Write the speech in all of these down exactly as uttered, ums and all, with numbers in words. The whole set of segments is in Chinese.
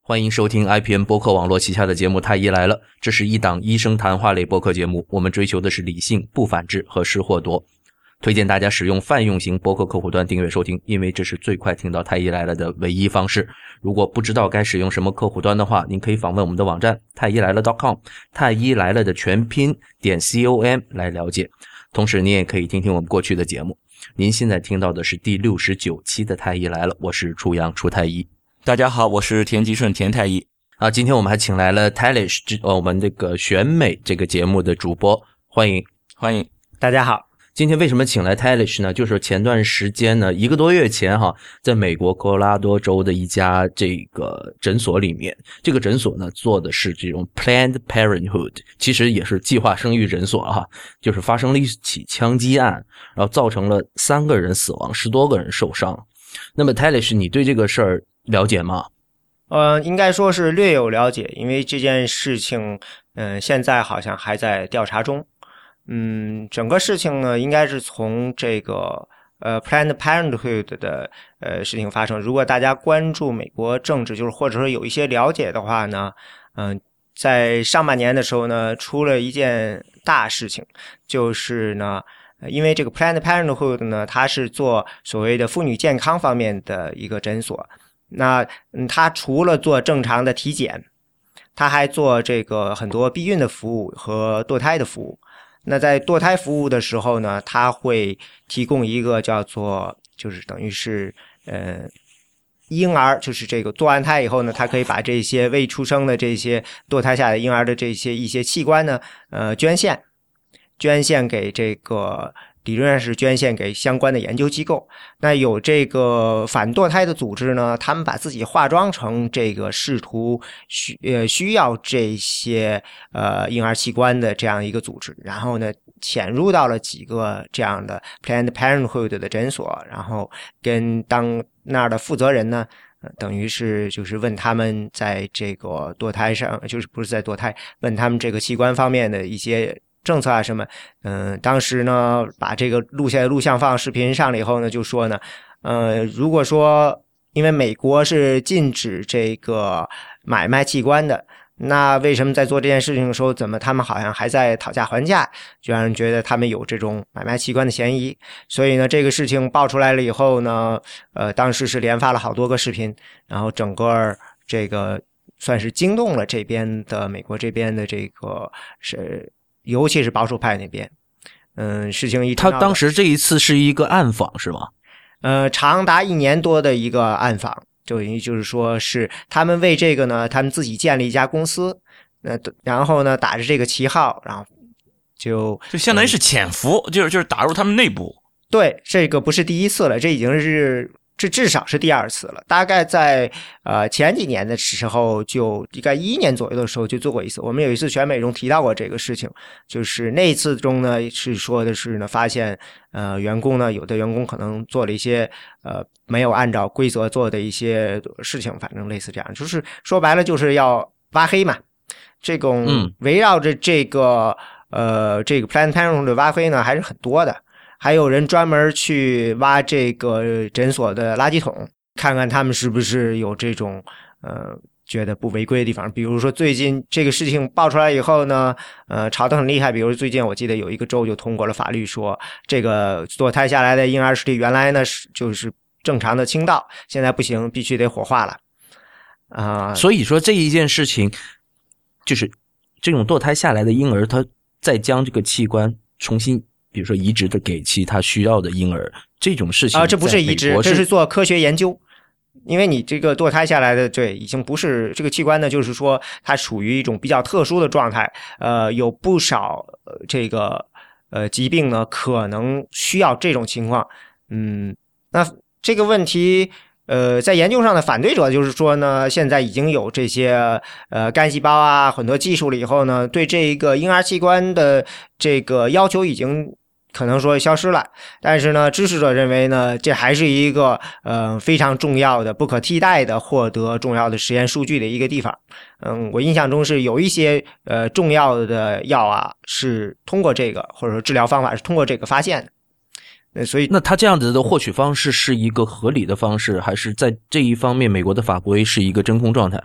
欢迎收听 I P N 播客网络旗下的节目《太医来了》，这是一档医生谈话类播客节目，我们追求的是理性、不反制和失货多。推荐大家使用泛用型播客客户端订阅收听，因为这是最快听到《太医来了》的唯一方式。如果不知道该使用什么客户端的话，您可以访问我们的网站太医来了 .com， 太医来了的全拼点 com 来了解。同时您也可以听听我们过去的节目。您现在听到的是第六十九期的《太医来了》，我是初阳初太医。 大家好，我是田吉顺田太医啊。今天我们还请来了 Tailish 呃我们这个选美这个节目的主播，欢迎欢迎大家好。 今天为什么请来 Tailish 呢？就是前段时间呢，一个多月前哈，在美国科罗拉多州的一家这个诊所里面，这个诊所呢做的是这种 Planned Parenthood， 其实也是计划生育诊所哈，就是发生了一起枪击案，然后造成了三个人死亡，十多个人受伤。那么 Tailish 你对这个事儿了解吗？ 呃，应该说是略有了解，因为这件事情，嗯、呃，现在好像还在调查中。嗯，整个事情呢，应该是从这个呃 Planned Parenthood 的呃事情发生。如果大家关注美国政治，就是或者说有一些了解的话呢，嗯、呃，在上半年的时候呢，出了一件大事情，就是呢。因为这个 Planned Parenthood 呢，它是做所谓的妇女健康方面的一个诊所。那嗯，它除了做正常的体检，它还做这个很多避孕的服务和堕胎的服务。那在堕胎服务的时候呢，它会提供一个叫做，就是等于是呃婴儿，就是这个堕完胎以后呢，它可以把这些未出生的这些堕胎下的婴儿的这些一些器官呢，呃捐献。捐献给这个理论上是捐献给相关的研究机构。那有这个反堕胎的组织呢，他们把自己化妆成这个试图需呃需要这些呃婴儿器官的这样一个组织，然后呢潜入到了几个这样的 Planned Parenthood 的诊所，然后跟当那儿的负责人呢。等于是就是问他们在这个堕胎上，就是不是在堕胎，问他们这个器官方面的一些政策啊什么。嗯，当时呢把这个录下来录像放视频上了以后呢，就说呢呃如果说因为美国是禁止这个买卖器官的，那为什么在做这件事情的时候，怎么他们好像还在讨价还价，就让人觉得他们有这种买卖器官的嫌疑。所以呢这个事情爆出来了以后呢，呃当时是连发了好多个视频，然后整个这个算是惊动了这边的美国这边的这个是尤其是保守派那边。嗯，事情一他当时这一次是一个暗访是吗？ 呃长达一年多的一个暗访。就也就是说是他们为这个呢，他们自己建立一家公司，呃，然后呢打着这个旗号，然后就就相当于是潜伏，嗯、就是就是打入他们内部。 对，这个不是第一次了，这已经是这至少是第二次了。大概在呃前几年的时候，就大概一一年左右的时候就做过一次。我们有一次选美中提到过这个事情，就是那一次中呢是说的是呢发现呃员工呢有的员工可能做了一些呃没有按照规则做的一些事情，反正类似这样，就是说白了就是要挖黑嘛。这种围绕着这个、嗯、呃这个 Planned Parenthood 的挖黑呢还是很多的。还有人专门去挖这个诊所的垃圾桶，看看他们是不是有这种呃觉得不违规的地方。比如说最近这个事情爆出来以后呢，呃吵得很厉害。比如最近我记得有一个州就通过了法律，说这个堕胎下来的婴儿尸体原来呢是就是正常的倾倒，现在不行，必须得火化了啊、呃。 所以说这一件事情就是这种堕胎下来的婴儿，他再将这个器官重新比如说移植的给其他需要的婴儿，这种事情啊，这不是移植，这是做科学研究。因为你这个堕胎下来的，对，已经不是这个器官呢，就是说它属于一种比较特殊的状态。呃，有不少、呃、这个呃疾病呢，可能需要这种情况。嗯，那这个问题。呃，在研究上的反对者就是说呢，现在已经有这些呃干细胞啊很多技术了以后呢，对这个婴儿器官的这个要求已经可能说消失了。但是呢，支持者认为呢，这还是一个呃非常重要的、不可替代的获得重要的实验数据的一个地方。嗯，我印象中是有一些呃重要的药啊，是通过这个或者说治疗方法是通过这个发现的。所以那他这样子的获取方式是一个合理的方式，还是在这一方面美国的法规是一个真空状态？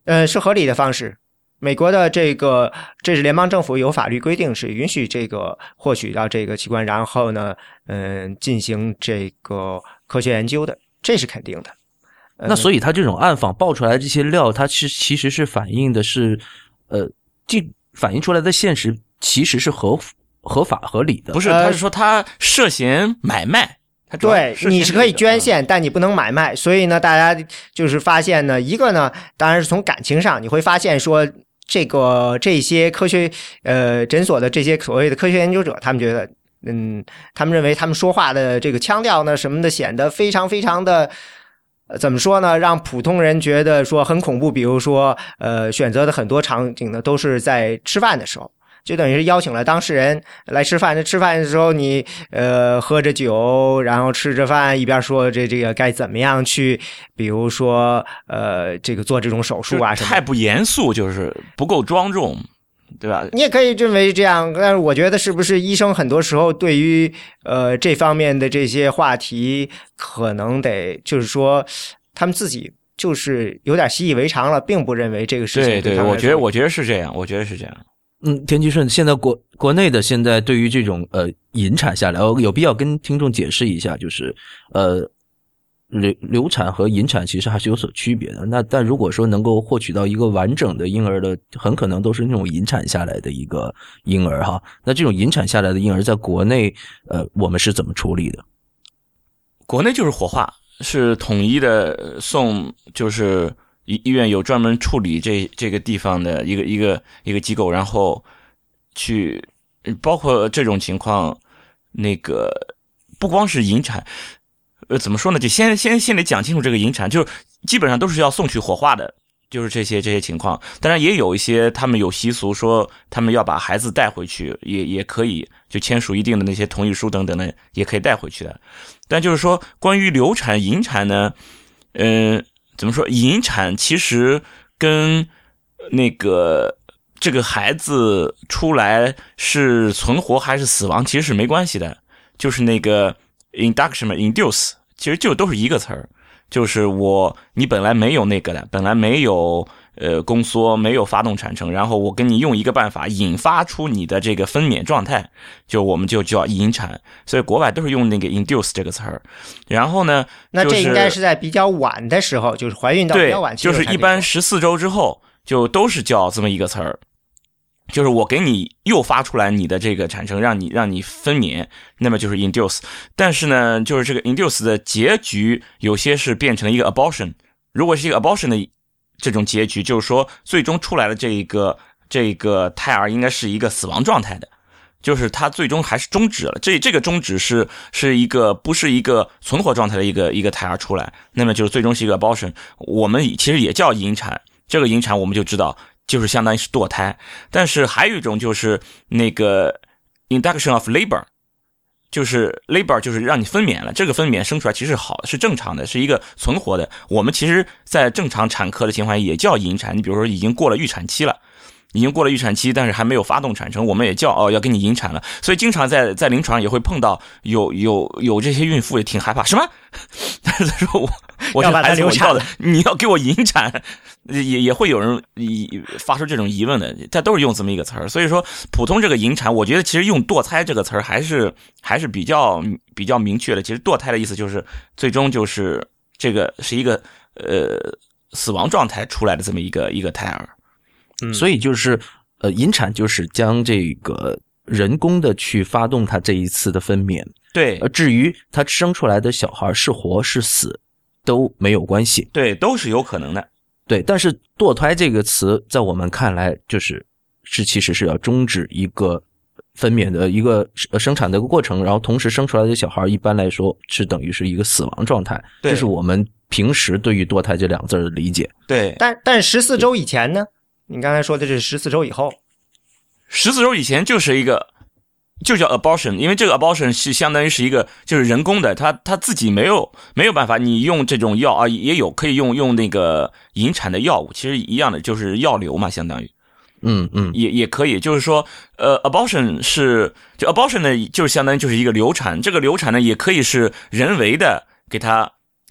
呃，是合理的方式。美国的这个，这是联邦政府有法律规定是允许这个获取到这个器官，然后呢，嗯、呃，进行这个科学研究的，这是肯定的。呃、 那所以他这种暗访爆出来的这些料，它是其实是反映的是，呃，这反映出来的现实其实是合合法合理的。 不是，他是说他涉嫌买卖。 对，你是可以捐献，但你不能买卖。所以呢，大家就是发现呢，一个呢，当然是从感情上，你会发现说，这个这些科学呃诊所的这些所谓的科学研究者，他们觉得，嗯，他们认为他们说话的这个腔调呢什么的，显得非常非常的。呃，怎么说呢？让普通人觉得说很恐怖。比如说，呃，选择的很多场景呢，都是在吃饭的时候。就等于是邀请了当事人来吃饭，吃饭的时候你呃喝着酒，然后吃着饭，一边说这这个该怎么样去，比如说呃这个做这种手术啊什么， 太不严肃，就是不够庄重，对吧？ 你也可以认为这样，但是我觉得是不是医生很多时候对于呃这方面的这些话题，可能得就是说他们自己就是有点习以为常了，并不认为这个事情对对，我觉得我觉得是这样，我觉得是这样。 嗯，田吉顺，现在国国内的现在对于这种呃引产下来，有必要跟听众解释一下，就是呃流流产和引产其实还是有所区别的。那但如果说能够获取到一个完整的婴儿的，很可能都是那种引产下来的一个婴儿哈。那这种引产下来的婴儿在国内呃我们是怎么处理的？ 国内就是火化，是统一的送，就是医医院有专门处理这这个地方的一个一个一个机构，然后去包括这种情况，那个不光是引产，呃，怎么说呢？就先先先得讲清楚这个引产，就是基本上都是要送去火化的，就是这些这些情况。当然也有一些他们有习俗说他们要把孩子带回去，也也可以就签署一定的那些同意书等等的，也可以带回去的。但就是说关于流产引产呢，嗯、呃。怎么说？引产其实跟那个这个孩子出来是存活还是死亡，其实是没关系的。就是那个 induction induce， 其实就都是一个词儿，就是我你本来没有那个的，本来没有呃宫缩，没有发动产程，然后我跟你用一个办法引发出你的这个分娩状态，就我们就叫引产。所以国外都是用那个 induce 这个词儿。然后呢， 那这应该是在比较晚的时候，就是怀孕到比较晚期， 对，就是一般十四周之后就都是叫这么一个词儿。就是我给你诱发出来你的这个产生，让你让你分娩，那么就是 induce。但是呢，就是这个 induce 的结局有些是变成了一个 abortion。如果是一个 abortion 的这种结局，就是说最终出来的这一个这个胎儿应该是一个死亡状态的，就是它最终还是终止了。这这个终止是是一个不是一个存活状态的一个一个胎儿出来，那么就是最终是一个 abortion。我们其实也叫引产，这个引产我们就知道就是相当于是堕胎。但是还有一种就是那个 induction of labor， 就是 labor 就是让你分娩了，这个分娩生出来其实好的，是正常的，是一个存活的。我们其实在正常产科的情况下也叫引产，你比如说已经过了预产期了，已经过了预产期，但是还没有发动产程，我们也叫哦要给你引产了。所以经常在在临床也会碰到有有有这些孕妇也挺害怕，什么？但是他说我我是孩子我要的，你要给我引产，也也会有人发出这种疑问的。他都是用这么一个词儿，所以说普通这个引产，我觉得其实用堕胎这个词儿还是还是比较比较明确的。其实堕胎的意思就是最终就是这个是一个呃死亡状态出来的这么一个一个胎儿。 嗯，所以就是呃，引产就是将这个人工的去发动它这一次的分娩， 对， 而至于它生出来的小孩是活是死都没有关系， 对，都是有可能的， 对。但是堕胎这个词在我们看来就是是其实是要终止一个分娩的一个生产的一个过程，然后同时生出来的小孩一般来说是等于是一个死亡状态，这是我们平时对于堕胎这两个字的理解。 对， 但但十四周以前呢？你刚才说的是十四周以后， 十四周以前就是一个就叫 abortion， 因为这个 abortion 是相当于是一个就是人工的，他他自己没有没有办法，你用这种药啊也有可以用用那个引产的药物，其实一样的，就是药流嘛，相当于， 嗯嗯， 也也可以，就是说呃 abortion 是就 abortion 呢，就是相当于就是一个流产，这个流产呢也可以是人为的给它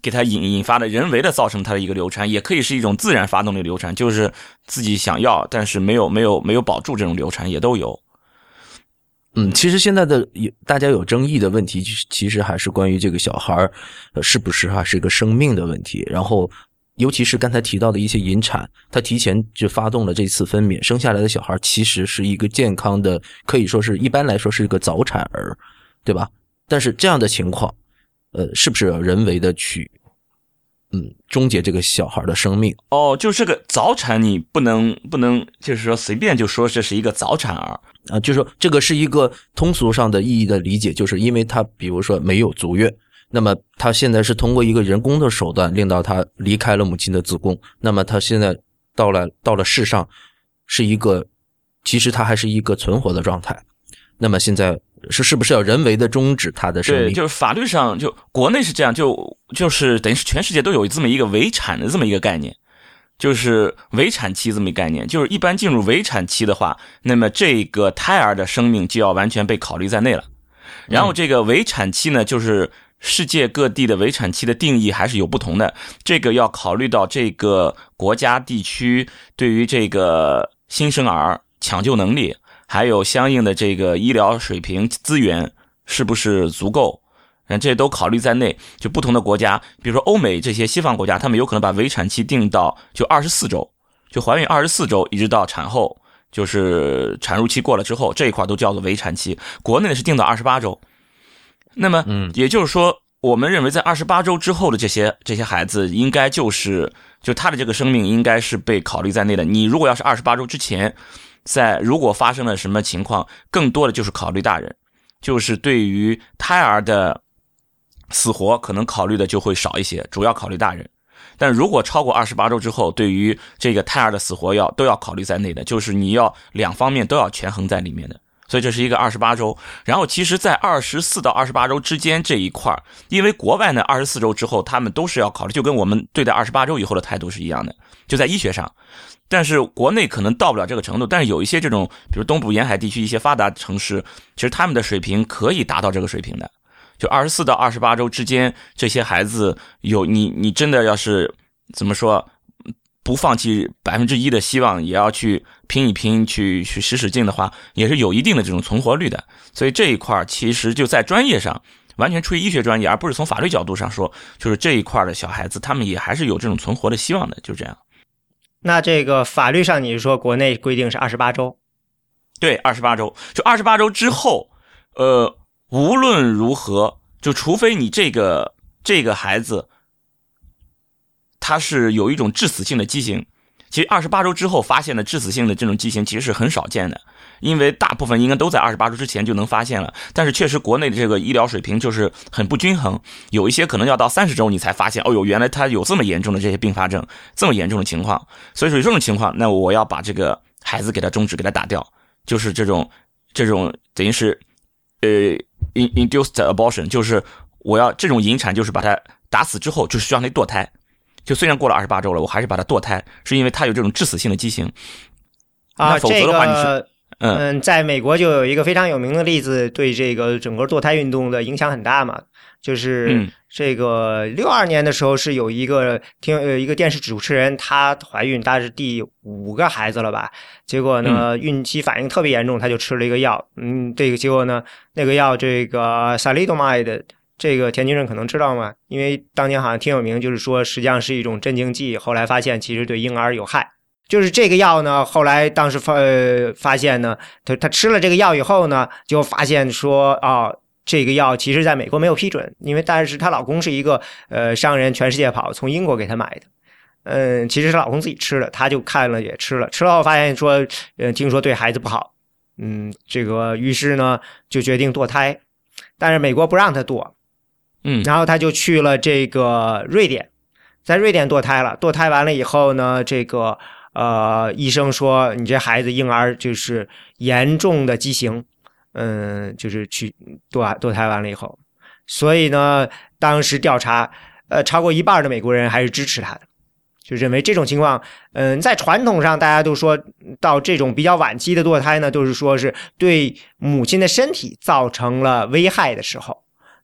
给它引引发的人为的造成它的一个流产，也可以是一种自然发动的流产，就是自己想要但是没有没有没有保住这种流产也都有。 嗯，其实现在的大家有争议的问题，其实还是关于这个小孩呃是不是还是一个生命的问题。然后，尤其是刚才提到的一些引产，他提前就发动了这次分娩，生下来的小孩其实是一个健康的，可以说是一般来说是一个早产儿，对吧？但是这样的情况，呃，是不是要人为的去，嗯，终结这个小孩的生命？ 哦，就这个早产，你不能不能，就是说随便就说这是一个早产儿。 啊，就是说这个是一个通俗上的意义的理解，就是因为他比如说没有足月，那么他现在是通过一个人工的手段令到他离开了母亲的子宫，那么他现在到了到了世上是一个，其实他还是一个存活的状态，那么现在是是不是要人为的终止他的生命？ 对，就是法律上就国内是这样，就就是等于是全世界都有这么一个围产的这么一个概念。就是围产期这么一个概念，就是一般进入围产期的话，那么这个胎儿的生命就要完全被考虑在内了。然后这个围产期呢，就是世界各地的围产期的定义还是有不同的，这个要考虑到这个国家地区对于这个新生儿抢救能力，还有相应的这个医疗水平资源是不是足够。这些都考虑在内，就不同的国家，比如说欧美这些西方国家，他们有可能把围产期定到就二十四周，就怀孕二十四周一直到产后，就是产褥期过了之后，这一块都叫做围产期。国内是定到二十八周。那么也就是说，我们认为在二十八周之后的这些这些孩子应该就是就他的这个生命应该是被考虑在内的。你如果要是二十八周之前，在如果发生了什么情况，更多的就是考虑大人，就是对于胎儿的死活可能考虑的就会少一些，主要考虑大人。但如果超过二十八周之后，对于这个胎儿的死活要都要考虑在内的，就是你要两方面都要权衡在里面的。所以这是一个二十八周。然后其实在二十四到二十八周之间这一块，因为国外呢二十四周之后他们都是要考虑，就跟我们对待二十八周以后的态度是一样的，就在医学上。但是国内可能到不了这个程度，但是有一些这种比如东部沿海地区一些发达城市，其实他们的水平可以达到这个水平的。就二十四到二十八周之间，这些孩子有你你真的要是怎么说，不放弃百分之一的希望，也要去拼一拼，去去使使劲的话，也是有一定的这种存活率的。所以这一块其实就在专业上，完全出于医学专业，而不是从法律角度上说，就是这一块的小孩子，他们也还是有这种存活的希望的，就这样。 那这个法律上，你是说国内规定是二十八周？ 对，二十八周，就二十八周之后，呃。无论如何，就除非你这个这个孩子他是有一种致死性的畸形，其实二十八周之后发现的致死性的这种畸形其实是很少见的，因为大部分应该都在二十八周之前就能发现了。但是确实国内的这个医疗水平就是很不均衡，有一些可能要到三十周你才发现，哦哟，原来他有这么严重的这些并发症，这么严重的情况。所以说这种情况，那我要把这个孩子给他终止，给他打掉，就是这种这种等于是呃induced abortion， 就是我要这种引产，就是把它打死之后，就是需要那堕胎。就虽然过了二十八周了，我还是把它堕胎，是因为它有这种致死性的畸形。 啊， 那否则的话你是， 这个嗯嗯，在美国就有一个非常有名的例子，对这个整个堕胎运动的影响很大嘛。就是这个六二年的时候，是有一个听呃一个电视主持人，她怀孕，大概是第五个孩子了吧？结果呢，孕期反应特别严重，她就吃了一个药，嗯，这个结果呢，那个药这个 thalidomide， 这个田军人可能知道吗？因为当年好像挺有名，就是说实际上是一种镇静剂，后来发现其实对婴儿有害。就是这个药呢，后来当时发呃发现呢，他他吃了这个药以后呢，就发现说啊。哦这个药其实在美国没有批准，因为但是她老公是一个呃商人，全世界跑，从英国给她买的。嗯，其实她老公自己吃了，她就看了也吃了，吃了后发现说，呃，听说对孩子不好，嗯，这个于是呢就决定堕胎，但是美国不让她堕， 嗯， 然后她就去了这个瑞典，在瑞典堕胎了，堕胎完了以后呢，这个呃医生说你这孩子婴儿就是严重的畸形。嗯，就是去堕堕胎完了以后，所以呢，当时调查，呃，超过一半的美国人还是支持他的，就认为这种情况，嗯，在传统上大家都说到这种比较晚期的堕胎呢，都是说是对母亲的身体造成了危害的时候，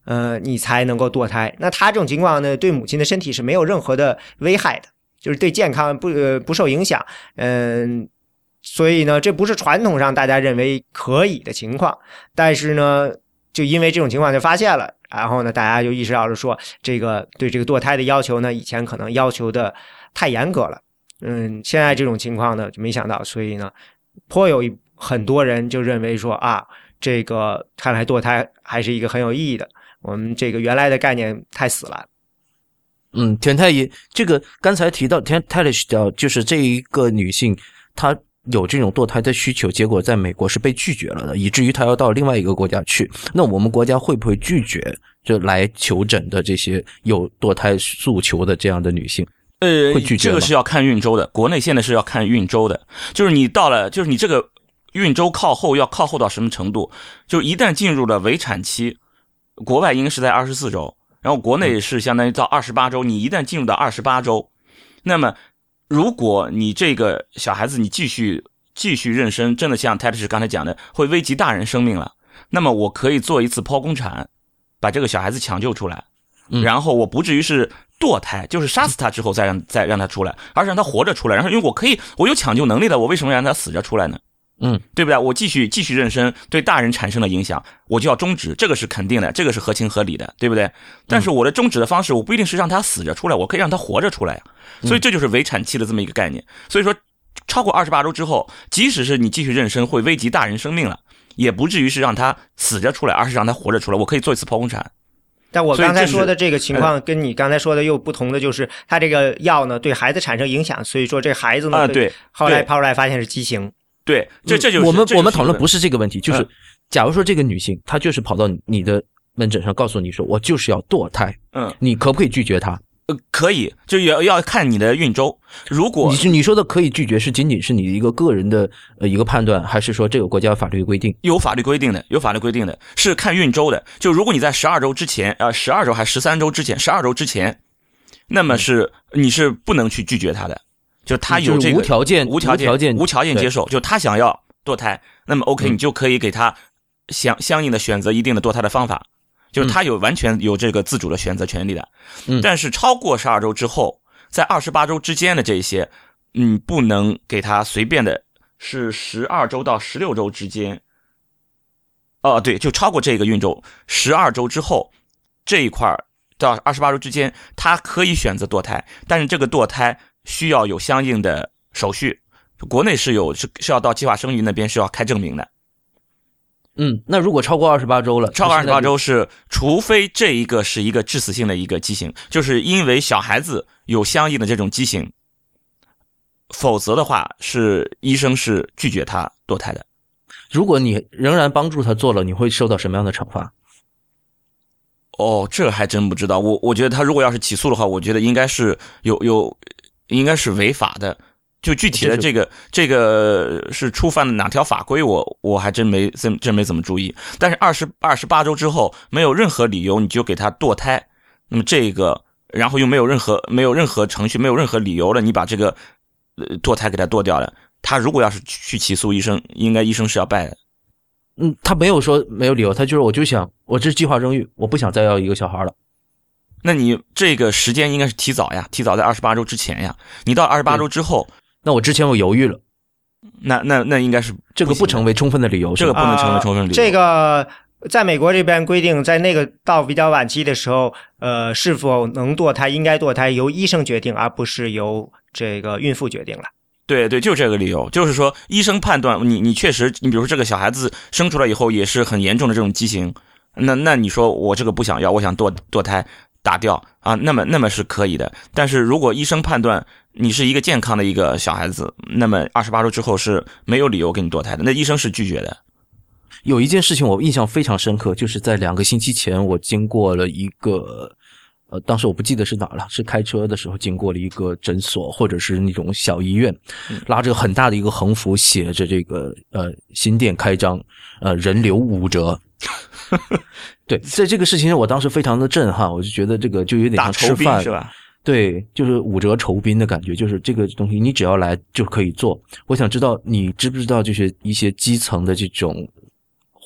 呃，你才能够堕胎。那他这种情况呢，对母亲的身体是没有任何的危害的，就是对健康不呃不受影响。嗯、呃，所以呢，这不是传统上大家认为可以的情况。但是呢，就因为这种情况就发现了，然后呢，大家就意识到了说，这个对这个堕胎的要求呢，以前可能要求的太严格了。嗯，现在这种情况呢，就没想到，所以呢，颇有一很多人就认为说啊，这个看来堕胎还是一个很有意义的，我们这个原来的概念太死了。 嗯，田太医，这个刚才提到田太太提到，就是这一个女性，她有这种堕胎的需求，结果在美国是被拒绝了的，以至于她要到另外一个国家去。那我们国家会不会拒绝就来求诊的这些有堕胎诉求的这样的女性？ 呃， 会拒绝吗？ 这个是要看运州的，国内现在是要看运州的，就是你到了，就是你这个运州靠后要靠后到什么程度？就一旦进入了围产期，国外应该是在二十四周，然后国内是相当于到二十八周。你一旦进入到二十八周，那么如果你这个小孩子你继续继续妊娠，真的像泰勒刚才讲的，会危及大人生命了，那么我可以做一次剖宫产，把这个小孩子抢救出来，然后我不至于是堕胎，就是杀死他之后再让再让他出来，而是让他活着出来。然后因为我可以，我有抢救能力的，我为什么让他死着出来呢？ 嗯， 对不对？我继续继续妊娠，对大人产生了影响，我就要终止，这个是肯定的，这个是合情合理的，对不对？但是我的终止的方式，我不一定是让他死着出来，我可以让他活着出来呀。所以这就是围产期的这么一个概念。所以说，超过二十八周之后，即使是你继续妊娠会危及大人生命了，也不至于是让他死着出来，而是让他活着出来。我可以做一次剖宫产。 但我刚才说的这个情况跟你刚才说的又不同的就是，它这个药呢对孩子产生影响，所以说这孩子呢， 啊对， 后来抛出来发现是畸形。 对，这这就是我们我们讨论不是这个问题，就是假如说这个女性她就是跑到你的门诊上告诉你说我就是要堕胎， 嗯， 你可不可以拒绝她？ 呃，可以，就要要看你的运州。如果你你说的可以拒绝，是仅仅是你的一个个人的呃一个判断，还是说这个国家法律规定？ 有法律规定的，有法律规定的，是看运州的。就如果你在十二周之前，呃，十二周还十三周之前，十二周之前，那么是你是不能去拒绝他的，就他有这个无条件、 无条件、 无条件、 无条件接受，就他想要堕胎，那么 OK，、嗯、你就可以给他相相应的选择一定的堕胎的方法。就是他有完全有这个自主的选择权利的， 嗯， 但是超过十二周之后，在二十八周之间的这些，嗯，不能给他随便的，是十二周到十六周之间，哦，对，就超过这个孕周，十二周之后这一块到二十八周之间，他可以选择堕胎，但是这个堕胎需要有相应的手续，国内是有是是要到计划生育那边是要开证明的。 嗯，那如果超过二十八周了， 超过二十八周是，除非这一个是一个致死性的一个畸形，就是因为小孩子有相应的这种畸形，否则的话是医生是拒绝他堕胎的。 如果你仍然帮助他做了，你会受到什么样的惩罚？ 哦，这还真不知道。我我觉得他如果要是起诉的话，我觉得应该是有有应该是违法的。就具体的这个这个是触犯了哪条法规，我我还真没真真没怎么注意。但是二十二十八周之后没有任何理由你就给他堕胎，那么这个然后又没有任何没有任何程序没有任何理由了，你把这个呃堕胎给他堕掉了，他如果要是去起诉医生，应该医生是要败的。 嗯，他没有说没有理由，他就是我就想我这是计划生育，我不想再要一个小孩了。 那你这个时间应该是提早呀，提早在二十八周之前呀。你到二十八周之后。 那我之前我犹豫了， 那那那应该是这个不成为充分的理由， 这个不能成为充分理由。 呃、这个在美国这边规定，在那个到比较晚期的时候，呃，是否能堕胎、应该堕胎由医生决定，而不是由这个孕妇决定了。 对对，就这个理由，就是说医生判断你你确实，你比如说这个小孩子生出来以后也是很严重的这种畸形，那那你说我这个不想要，我想堕堕胎打掉啊，那么那么是可以的。但是如果医生判断你是一个健康的一个小孩子，那么二十八周之后是没有理由给你堕胎的，那医生是拒绝的。 有一件事情我印象非常深刻，就是在两个星期前我经过了一个呃，当时我不记得是哪了，是开车的时候经过了一个诊所或者是那种小医院，拉着很大的一个横幅，写着这个呃新店开张，呃人流五折。对，在这个事情上我当时非常的震撼，我就觉得这个就有点像吃饭是吧？ 对，就是五折酬宾的感觉，就是这个东西你只要来就可以做。我想知道你知不知道就是一些基层的这种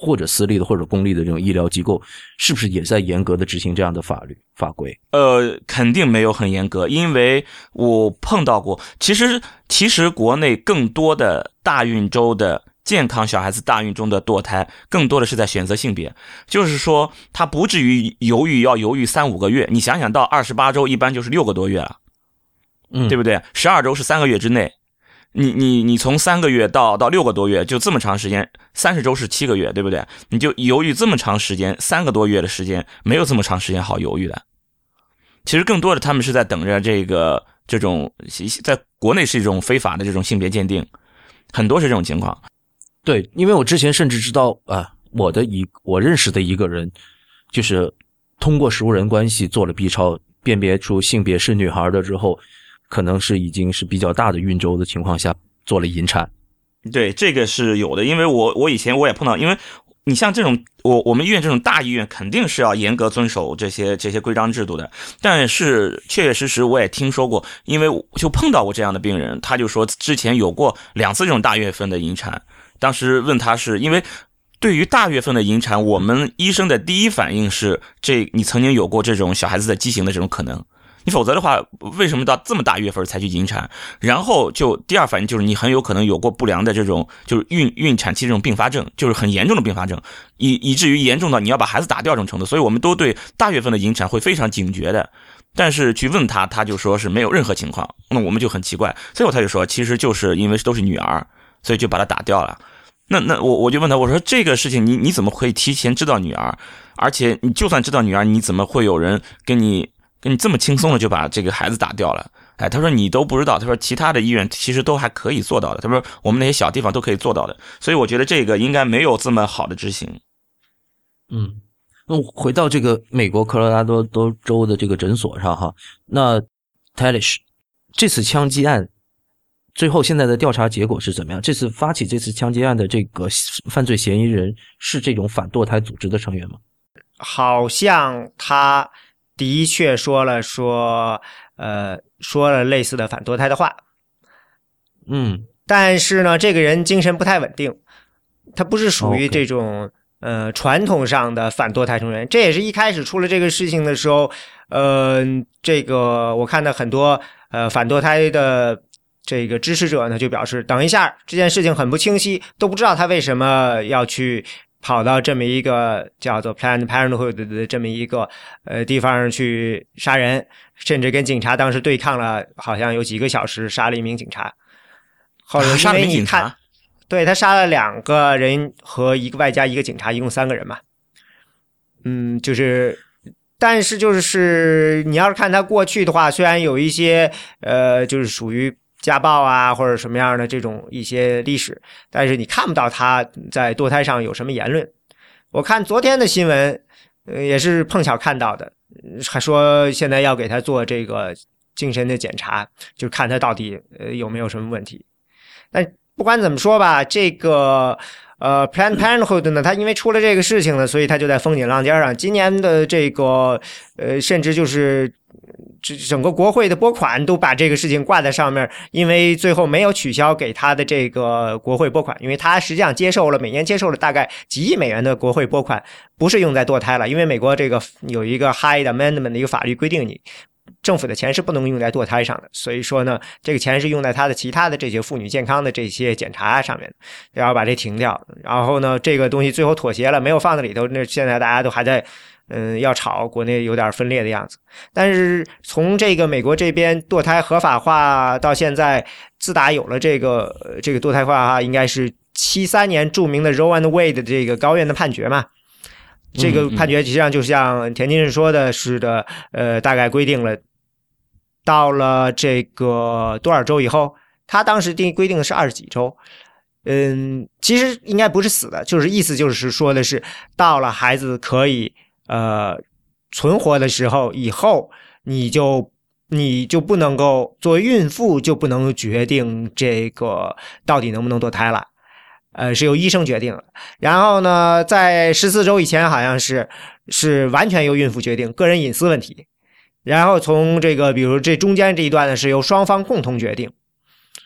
或者私立的或者公立的这种医疗机构，是不是也在严格的执行这样的法律法规？ 呃，肯定没有很严格，因为我碰到过，其实其实国内更多的大孕周的健康小孩子大孕中的堕胎，更多的是在选择性别，就是说他不至于犹豫要犹豫三五个月，你想想到二十八周一般就是六个多月了， 嗯， 对不对？十二周是三个月之内。你你你从三个月到到六个多月，就这么长时间，三十周是七个月，对不对？你就犹豫这么长时间，三个多月的时间，没有这么长时间好犹豫的。其实更多的他们是在等着这个这种，在国内是一种非法的这种性别鉴定，很多是这种情况。 对，因为我之前甚至知道啊，我的一我认识的一个人，就是通过熟人关系做了 B 超，辨别出性别是女孩的之后，可能是已经是比较大的孕周的情况下做了引产。 对，这个是有的，因为我我以前我也碰到，因为你像这种我我们医院这种大医院肯定是要严格遵守这些这些规章制度的，但是确确实实我也听说过，因为就碰到过这样的病人，他就说之前有过两次这种大月份的引产，当时问他是因为对于大月份的引产，我们医生的第一反应是这你曾经有过这种小孩子的畸形的这种可能。你否则的话，为什么到这么大月份才去引产？然后就第二反应就是你很有可能有过不良的这种就是孕孕产期这种并发症，就是很严重的并发症，以以至于严重到你要把孩子打掉这种程度。所以我们都对大月份的引产会非常警觉的。但是去问他，他就说是没有任何情况，那我们就很奇怪。最后他就说，其实就是因为都是女儿，所以就把她打掉了。那那我我就问他，我说这个事情你你怎么可以提前知道女儿？而且你就算知道女儿，你怎么会有人跟你？跟你这么轻松的就把这个孩子打掉了，哎，他说你都不知道，他说其他的医院其实都还可以做到的，他说我们那些小地方都可以做到的，所以我觉得这个应该没有这么好的执行。 嗯，那回到这个美国科罗拉多州的这个诊所上哈，那 Talish 这次枪击案最后现在的调查结果是怎么样？这次发起这次枪击案的这个犯罪嫌疑人是这种反堕胎组织的成员吗？ 好像他的确说了说，呃，说了类似的反堕胎的话， 嗯， 但是呢，这个人精神不太稳定，他不是属于这种、okay. 呃传统上的反堕胎成员。这也是一开始出了这个事情的时候，呃，这个我看到很多呃反堕胎的这个支持者呢，就表示等一下，这件事情很不清晰，都不知道他为什么要去跑到这么一个叫做 Planned Parenthood 的这么一个呃地方去杀人，甚至跟警察当时对抗了，好像有几个小时，杀了一名警察。后来因为你看，对，他杀了两个人和一个外加一个警察，一共三个人嘛。嗯，就是，但是就是你要是看他过去的话，虽然有一些呃，就是属于家暴啊或者什么样的这种一些历史，但是你看不到他在堕胎上有什么言论。我看昨天的新闻、呃、也是碰巧看到的，还说现在要给他做这个精神的检查，就看他到底呃有没有什么问题。但不管怎么说吧，这个呃 Planned Parenthood 呢，他因为出了这个事情呢，所以他就在风景浪尖上。今年的这个呃甚至就是整个国会的拨款都把这个事情挂在上面，因为最后没有取消给他的这个国会拨款，因为他实际上接受了每年接受了大概几亿美元的国会拨款，不是用在堕胎了，因为美国这个有一个 Hyde Amendment 的一个法律规定，你政府的钱是不能用在堕胎上的，所以说呢，这个钱是用在他的其他的这些妇女健康的这些检查上面，然后把这停掉。然后呢，这个东西最后妥协了，没有放在里头，那现在大家都还在嗯，要吵，国内有点分裂的样子。但是从这个美国这边堕胎合法化到现在，自打有了这个这个堕胎化哈，应该是七三年著名的 Roe and Wade 的这个高院的判决嘛。这个判决实际上就像田金说的似的，呃，大概规定了，到了这个多少周以后，他当时定规定的是二十几周。嗯，其实应该不是死的，就是意思就是说的是，到了孩子可以呃存活的时候以后，你就你就不能够作为孕妇就不能决定这个到底能不能堕胎了。呃，是由医生决定的。然后呢，在十四周以前好像是是完全由孕妇决定，个人隐私问题。然后从这个比如这中间这一段呢，是由双方共同决定。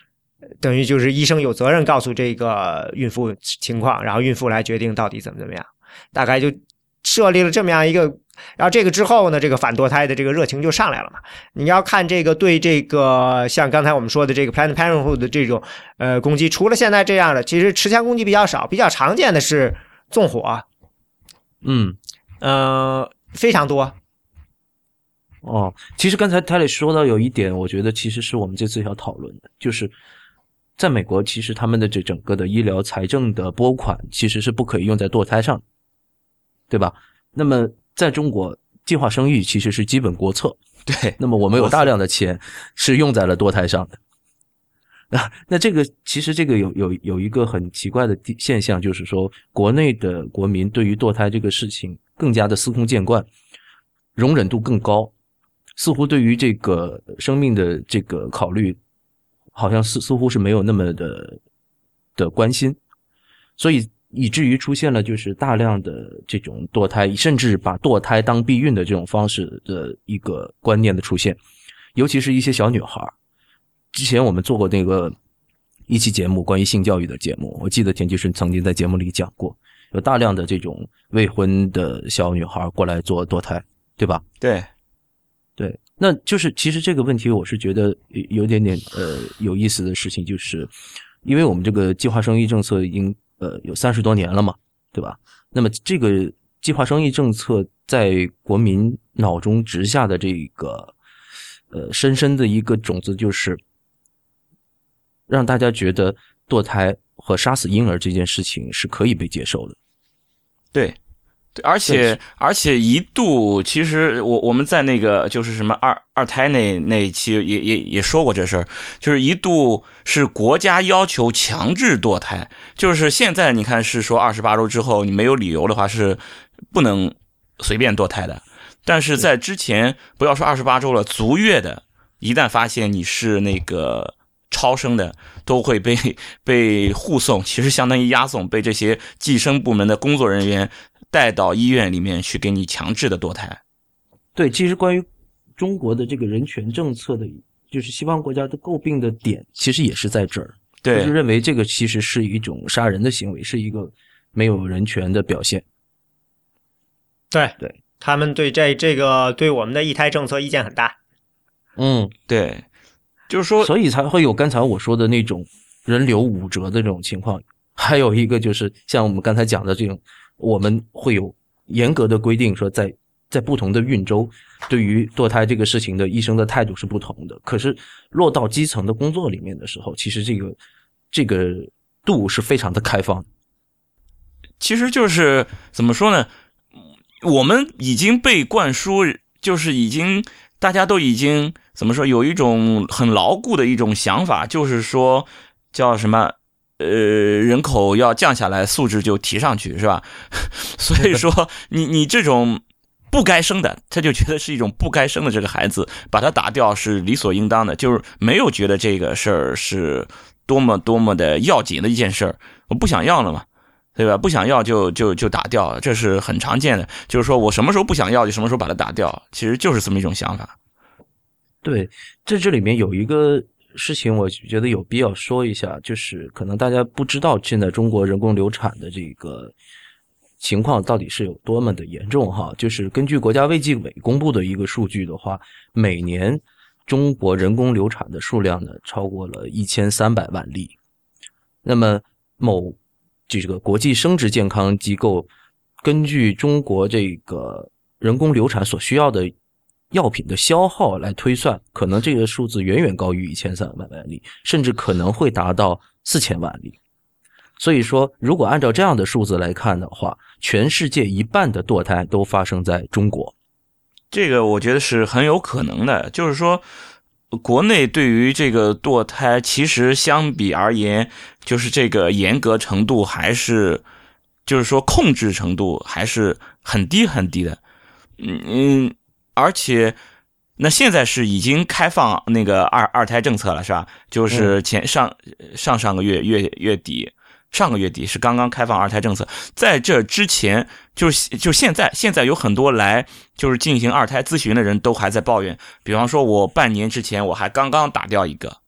等于就是医生有责任告诉这个孕妇情况，然后孕妇来决定到底怎么怎么样，大概就设立了这么样一个。然后这个之后呢，这个反堕胎的这个热情就上来了嘛。你要看这个对这个像刚才我们说的这个 Planned Parenthood 的这种呃攻击，除了现在这样的，其实持枪攻击比较少，比较常见的是纵火， 嗯呃非常多。 哦，其实刚才泰勒说到有一点，我觉得其实是我们这次要讨论的，就是在美国，其实他们的这整个的医疗财政的拨款其实是不可以用在堕胎上，对吧？那么在中国，计划生育其实是基本国策， 对。 那么我们有大量的钱是用在了堕胎上的。那那这个其实这个有有有一个很奇怪的现象，就是说国内的国民对于堕胎这个事情更加的司空见惯，容忍度更高，似乎对于这个生命的这个考虑，好像似似乎是没有那么的的关心，所以以至于出现了就是大量的这种堕胎，甚至把堕胎当避孕的这种方式的一个观念的出现，尤其是一些小女孩。之前我们做过那个一期节目关于性教育的节目，我记得田吉顺曾经在节目里讲过，有大量的这种未婚的小女孩过来做堕胎，对吧？ 对对，那就是其实这个问题我是觉得有点点呃有意思的事情，就是因为我们这个计划生育政策已经呃有三十多年了嘛，对吧？那么这个计划生育政策在国民脑中植下的这个呃深深的一个种子，就是让大家觉得堕胎和杀死婴儿这件事情是可以被接受的。 对。对，而且而且一度，其实我我们在那个就是什么二二胎那那一期也也也说过这事儿，就是一度是国家要求强制堕胎，就是现在你看是说二十八周之后你没有理由的话是不能随便堕胎的，但是在之前不要说二十八周了，足月的一旦发现你是那个超生的，都会被被护送，其实相当于押送，被这些计生部门的工作人员带到医院里面去给你强制的堕胎。 对，其实关于中国的这个人权政策的，就是西方国家的诟病的点，其实也是在这儿， 对， 就是认为这个其实是一种杀人的行为，是一个没有人权的表现。 对对， 他们对这这个对我们的一胎政策意见很大。 嗯， 对，就是说， 所以才会有刚才我说的那种人流五折的这种情况。还有一个就是像我们刚才讲的这种，我们会有严格的规定说在在不同的孕周对于堕胎这个事情的医生的态度是不同的，可是落到基层的工作里面的时候，其实这个这个度是非常的开放。 其实就是怎么说呢，我们已经被灌输，就是已经大家都已经怎么说，有一种很牢固的一种想法，就是说叫什么呃，人口要降下来，素质就提上去，是吧？所以说，你你这种不该生的，他就觉得是一种不该生的这个孩子，把他打掉是理所应当的，就是没有觉得这个事儿是多么多么的要紧的一件事儿。我不想要了嘛，对吧？不想要就就就打掉，这是很常见的。就是说我什么时候不想要，就什么时候把它打掉，其实就是这么一种想法。 对，在这里面有一个事情我觉得有必要说一下，就是可能大家不知道现在中国人工流产的这个情况到底是有多么的严重哈。就是根据国家卫计委公布的一个数据的话，每年中国人工流产的数量呢超过了一千三百万例。那么某这个国际生殖健康机构根据中国这个人工流产所需要的药品的消耗来推算，可能这个数字远远高于一千三百万例，甚至可能会达到四千万例。所以说如果按照这样的数字来看的话，全世界一半的堕胎都发生在中国。 这个我觉得是很有可能的，就是说国内对于这个堕胎其实相比而言，就是这个严格程度还是就是说控制程度还是很低很低的。嗯嗯，而且那现在是已经开放那个二二胎政策了，是吧？就是前上上上个月月月底，上个月底是刚刚开放二胎政策。在这之前，就是就现在现在有很多来就是进行二胎咨询的人都还在抱怨，比方说我半年之前我还刚刚打掉一个，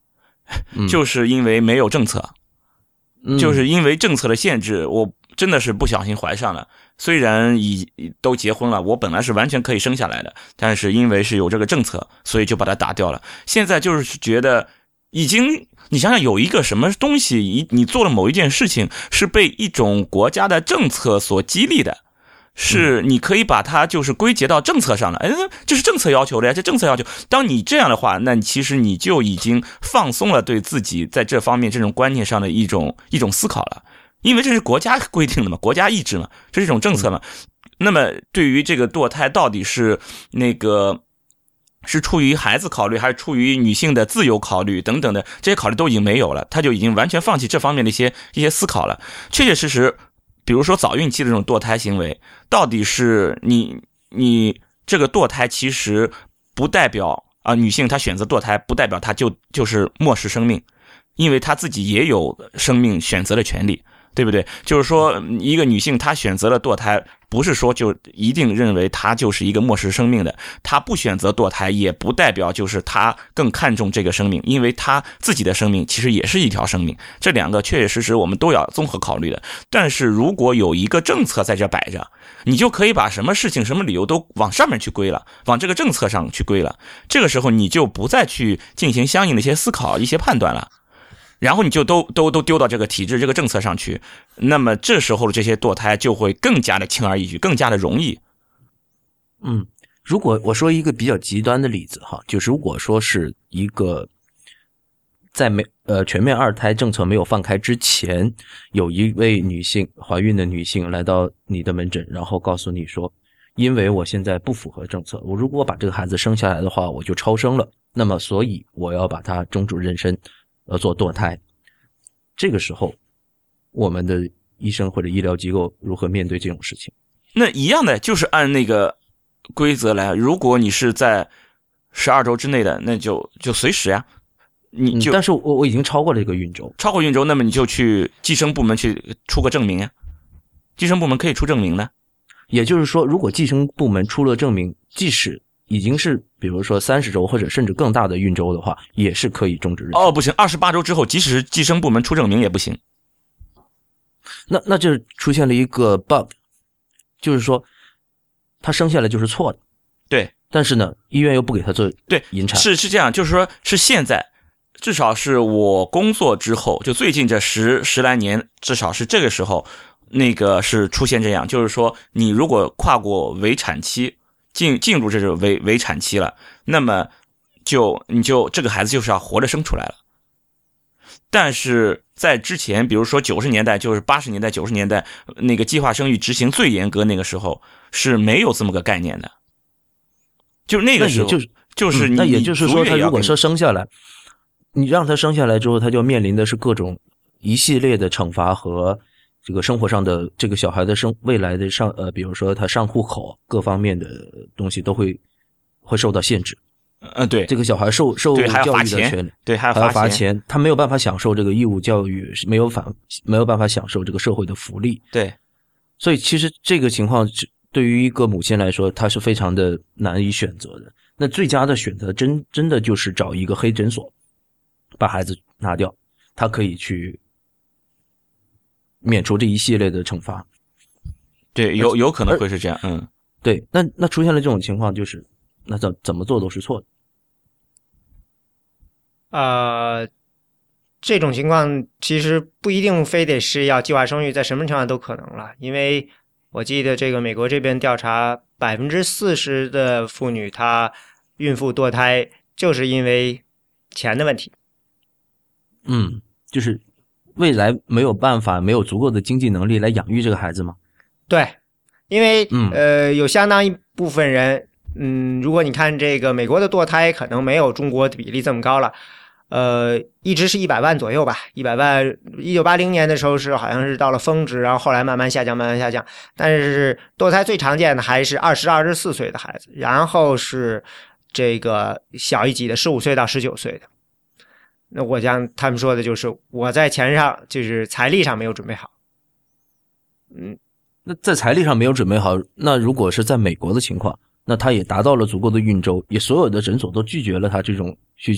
嗯、 就是因为没有政策， 嗯、 就是因为政策的限制，我真的是不小心怀上了。虽然已都结婚了，我本来是完全可以生下来的，但是因为是有这个政策，所以就把它打掉了。现在就是觉得已经，你想想有一个什么东西，你做了某一件事情是被一种国家的政策所激励的，是你可以把它就是归结到政策上了。哎，这是政策要求的呀，这政策要求。当你这样的话，那其实你就已经放松了对自己在这方面这种观念上的一种一种思考了。因为这是国家规定的嘛，国家意志嘛，这是一种政策嘛。嗯、那么对于这个堕胎到底是那个是出于孩子考虑，还是出于女性的自由考虑等等的，这些考虑都已经没有了，他就已经完全放弃这方面的一些一些思考了。确确实实，比如说早孕期的这种堕胎行为，到底是你你这个堕胎其实不代表啊、呃，女性她选择堕胎不代表她就就是漠视生命，因为她自己也有生命选择的权利。对不对？就是说一个女性她选择了堕胎，不是说就一定认为她就是一个漠视生命的，她不选择堕胎也不代表就是她更看重这个生命，因为她自己的生命其实也是一条生命，这两个确确实实我们都要综合考虑的。但是如果有一个政策在这摆着，你就可以把什么事情什么理由都往上面去归了，往这个政策上去归了，这个时候你就不再去进行相应的一些思考一些判断了，然后你就都都都丢到这个体制这个政策上去，那么这时候的这些堕胎就会更加的轻而易举，更加的容易。 嗯，如果我说一个比较极端的例子哈，就是如果说是一个在没呃全面二胎政策没有放开之前，有一位女性怀孕的女性来到你的门诊，然后告诉你说，因为我现在不符合政策，我如果把这个孩子生下来的话，我就超生了，那么所以我要把它终止妊娠。呃，做堕胎，这个时候，我们的医生或者医疗机构如何面对这种事情？ 那一样的，就是按那个规则来。如果你是在十二周之内的，那就就随时呀，你就。 嗯、但是我我已经超过了一个孕周， 超过孕周，那么你就去计生部门去出个证明呀。计生部门可以出证明的。 也就是说，如果计生部门出了证明，即使已经是比如说三十周或者甚至更大的孕周的话，也是可以终止妊娠。 哦，不行，二十八周之后，即使是计生部门出证明也不行。 那那就出现了一个 bug， 就是说他生下来就是错的。 对， 但是呢，医院又不给他做对引产。 是是这样，就是说是现在，至少是我工作之后，就最近这十十来年，至少是这个时候，那个是出现这样，就是说你如果跨过围产期。进进入这种围围产期了，那么就你就这个孩子就是要活着生出来了。但是在之前，比如说九十年代，就是八十年代、九十年代那个计划生育执行最严格那个时候是没有这么个概念的，就是那个时候， 那也就是就是你、 嗯、那也就是说，他如果说生下来，你让他生下来之后，他就面临的是各种一系列的惩罚和。这个生活上的这个小孩的生未来的上呃，比如说他上户口各方面的东西都会会受到限制。 呃，对， 这个小孩受受教育的权利， 对，还要罚钱，还要罚钱，他没有办法享受这个义务教育，没有法没有办法享受这个社会的福利。 对， 所以其实这个情况对于一个母亲来说，她是非常的难以选择的。那最佳的选择真真的就是找一个黑诊所，把孩子拿掉，他可以去。免除这一系列的惩罚， 对，有有可能会是这样，嗯， 对，那那出现了这种情况，就是那怎怎么做都是错的。 呃，这种情况其实不一定非得是要计划生育，在什么情况都可能了。因为我记得这个美国这边调查，百分之四十的妇女她孕妇堕胎就是因为钱的问题。 嗯，就是。未来没有办法，没有足够的经济能力来养育这个孩子吗？ 对，因为、 嗯、 呃，有相当一部分人，嗯，如果你看这个美国的堕胎，可能没有中国的比例这么高了，呃，一直是一百万左右吧，一百万。一九八零年的时候是好像是到了峰值，然后后来慢慢下降，慢慢下降。但是堕胎最常见的还是二十二十四岁的孩子，然后是这个小一级的十五岁到十九岁的。那我想他们说的就是我在钱上就是财力上没有准备好。嗯， 那在财力上没有准备好，那如果是在美国的情况，那他也达到了足够的孕周，也所有的诊所都拒绝了他这种需求，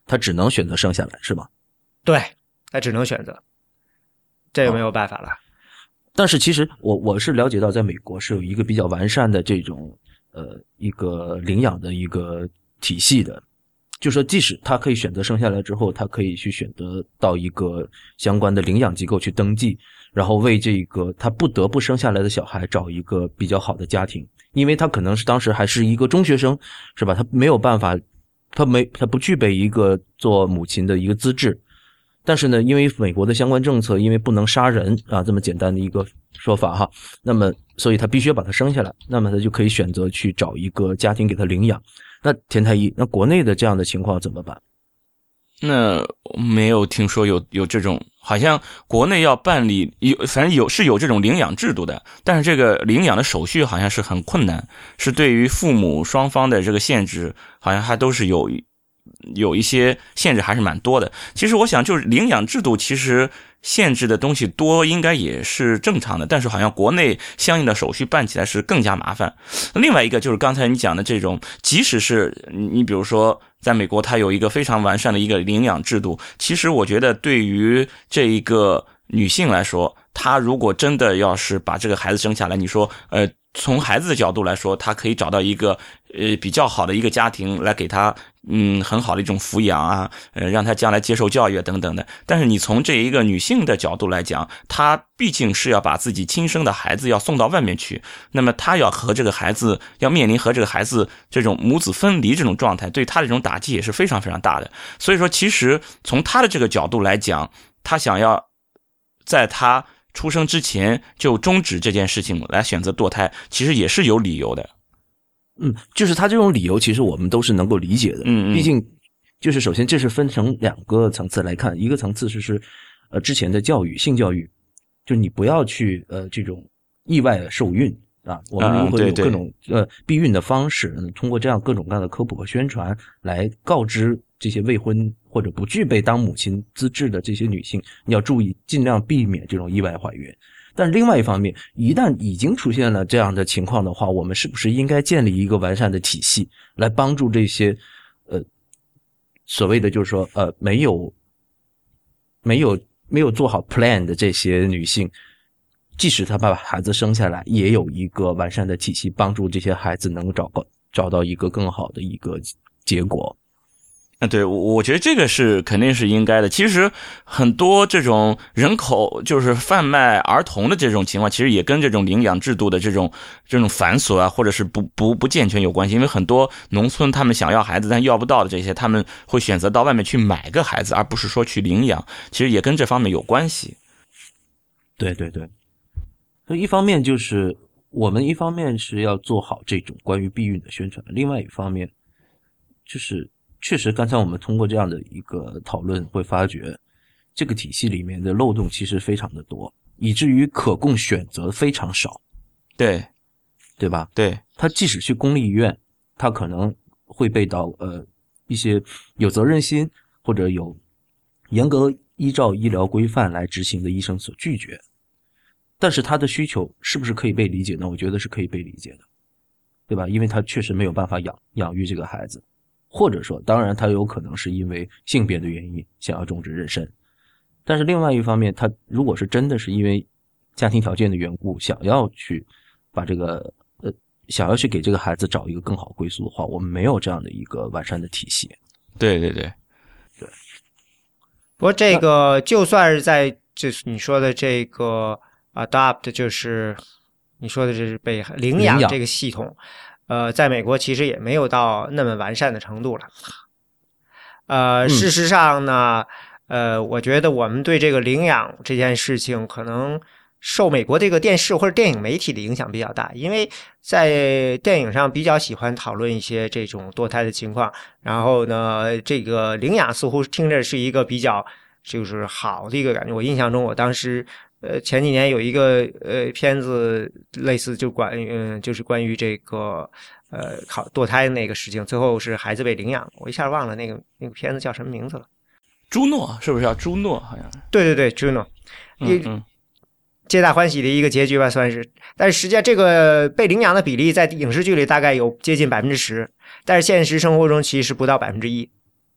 他只能选择生下来，是吧？ 对，他只能选择，这个没有办法了。哦， 但是其实我我是了解到，在美国是有一个比较完善的这种呃一个领养的一个体系的，就说即使他可以选择生下来之后，他可以去选择到一个相关的领养机构去登记，然后为这个他不得不生下来的小孩找一个比较好的家庭，因为他可能是当时还是一个中学生，是吧？他没有办法，他没他不具备一个做母亲的一个资质。但是呢，因为美国的相关政策，因为不能杀人啊，这么简单的一个说法哈，那么所以他必须要把他生下来，那么他就可以选择去找一个家庭给他领养。那田太医，那国内的这样的情况怎么办？ 那没有听说有有这种，好像国内要办理有，反正有是有这种领养制度的，但是这个领养的手续好像是很困难，是对于父母双方的这个限制，好像还都是有有一些限制，还是蛮多的。其实我想，就是领养制度其实限制的东西多，应该也是正常的，但是好像国内相应的手续办起来是更加麻烦。另外一个就是刚才你讲的这种，即使是你比如说在美国它有一个非常完善的一个领养制度，其实我觉得对于这一个女性来说，她如果真的要是把这个孩子生下来，你说呃从孩子的角度来说，她可以找到一个呃比较好的一个家庭来给她嗯很好的一种抚养啊，呃让她将来接受教育等等的。但是你从这一个女性的角度来讲，她毕竟是要把自己亲生的孩子要送到外面去，那么她要和这个孩子要面临和这个孩子这种母子分离这种状态，对她的这种打击也是非常非常大的。所以说其实从她的这个角度来讲，她想要在她出生之前就终止这件事情来选择堕胎，其实也是有理由的。 嗯，就是他这种理由其实我们都是能够理解的。 嗯嗯， 毕竟就是首先这是分成两个层次来看，一个层次是是呃之前的教育，性教育，就你不要去呃这种意外受孕啊，我们如何有各种、嗯、对对呃避孕的方式，通过这样各种各样的科普和宣传来告知这些未婚或者不具备当母亲资质的这些女性，你要注意尽量避免这种意外怀孕。但是另外一方面，一旦已经出现了这样的情况的话，我们是不是应该建立一个完善的体系来帮助这些呃所谓的就是说呃没有没有没有做好 plan 的这些女性，即使她把孩子生下来，也有一个完善的体系帮助这些孩子能找到找到一个更好的一个结果。 啊，对，我觉得这个是肯定是应该的。其实很多这种人口就是贩卖儿童的这种情况，其实也跟这种领养制度的这种这种繁琐啊，或者是不不不健全有关系。因为很多农村他们想要孩子但要不到的这些，他们会选择到外面去买个孩子，而不是说去领养，其实也跟这方面有关系。 对对对，所以一方面就是我们一方面是要做好这种关于避孕的宣传，另外一方面就是确实刚才我们通过这样的一个讨论会发觉，这个体系里面的漏洞其实非常的多，以至于可供选择非常少。 对对吧？ 对， 他即使去公立医院，他可能会被到呃一些有责任心或者有严格依照医疗规范来执行的医生所拒绝。但是他的需求是不是可以被理解呢？我觉得是可以被理解的，对吧？因为他确实没有办法养养育这个孩子，或者说当然他有可能是因为性别的原因想要终止妊娠。但是另外一方面，他如果是真的是因为家庭条件的缘故想要去把这个呃想要去给这个孩子找一个更好归宿的话，我们没有这样的一个完善的体系。 对对对对。 不过这个就算是在就是你说的这个 adopt， 就是你说的这是被领养这个系统，呃，在美国其实也没有到那么完善的程度了。呃，事实上呢，呃，我觉得我们对这个领养这件事情可能受美国这个电视或者电影媒体的影响比较大，因为在电影上比较喜欢讨论一些这种堕胎的情况，然后呢，这个领养似乎听着是一个比较就是好的一个感觉。我印象中，我当时呃前几年有一个呃片子，类似就关嗯就是关于这个呃考堕胎那个事情，最后是孩子被领养，我一下忘了那个那个片子叫什么名字了。 朱诺是不是叫朱诺？好像对对对，朱诺。 嗯嗯。 皆大欢喜的一个结局吧，算是。但是实际上，这个被领养的比例在影视剧里大概有接近百分之十，但是现实生活中其实不到百分之一。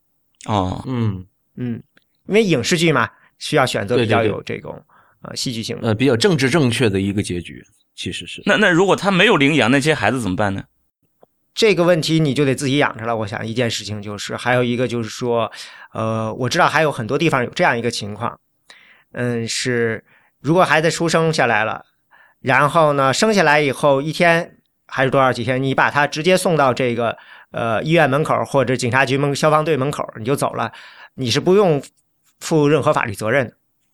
哦， 嗯嗯，因为影视剧嘛，需要选择比较对对对有这种呃戏剧性的。 呃，比较政治正确的一个结局，其实是。 那那如果他没有领养，那这些孩子怎么办呢？ 这个问题你就得自己养着了。我想一件事情就是，还有一个就是说，呃，我知道还有很多地方有这样一个情况，嗯，是如果孩子出生下来了，然后呢，生下来以后一天还是多少几天，你把他直接送到这个呃医院门口或者警察局门、消防队门口，你就走了，你是不用负任何法律责任的。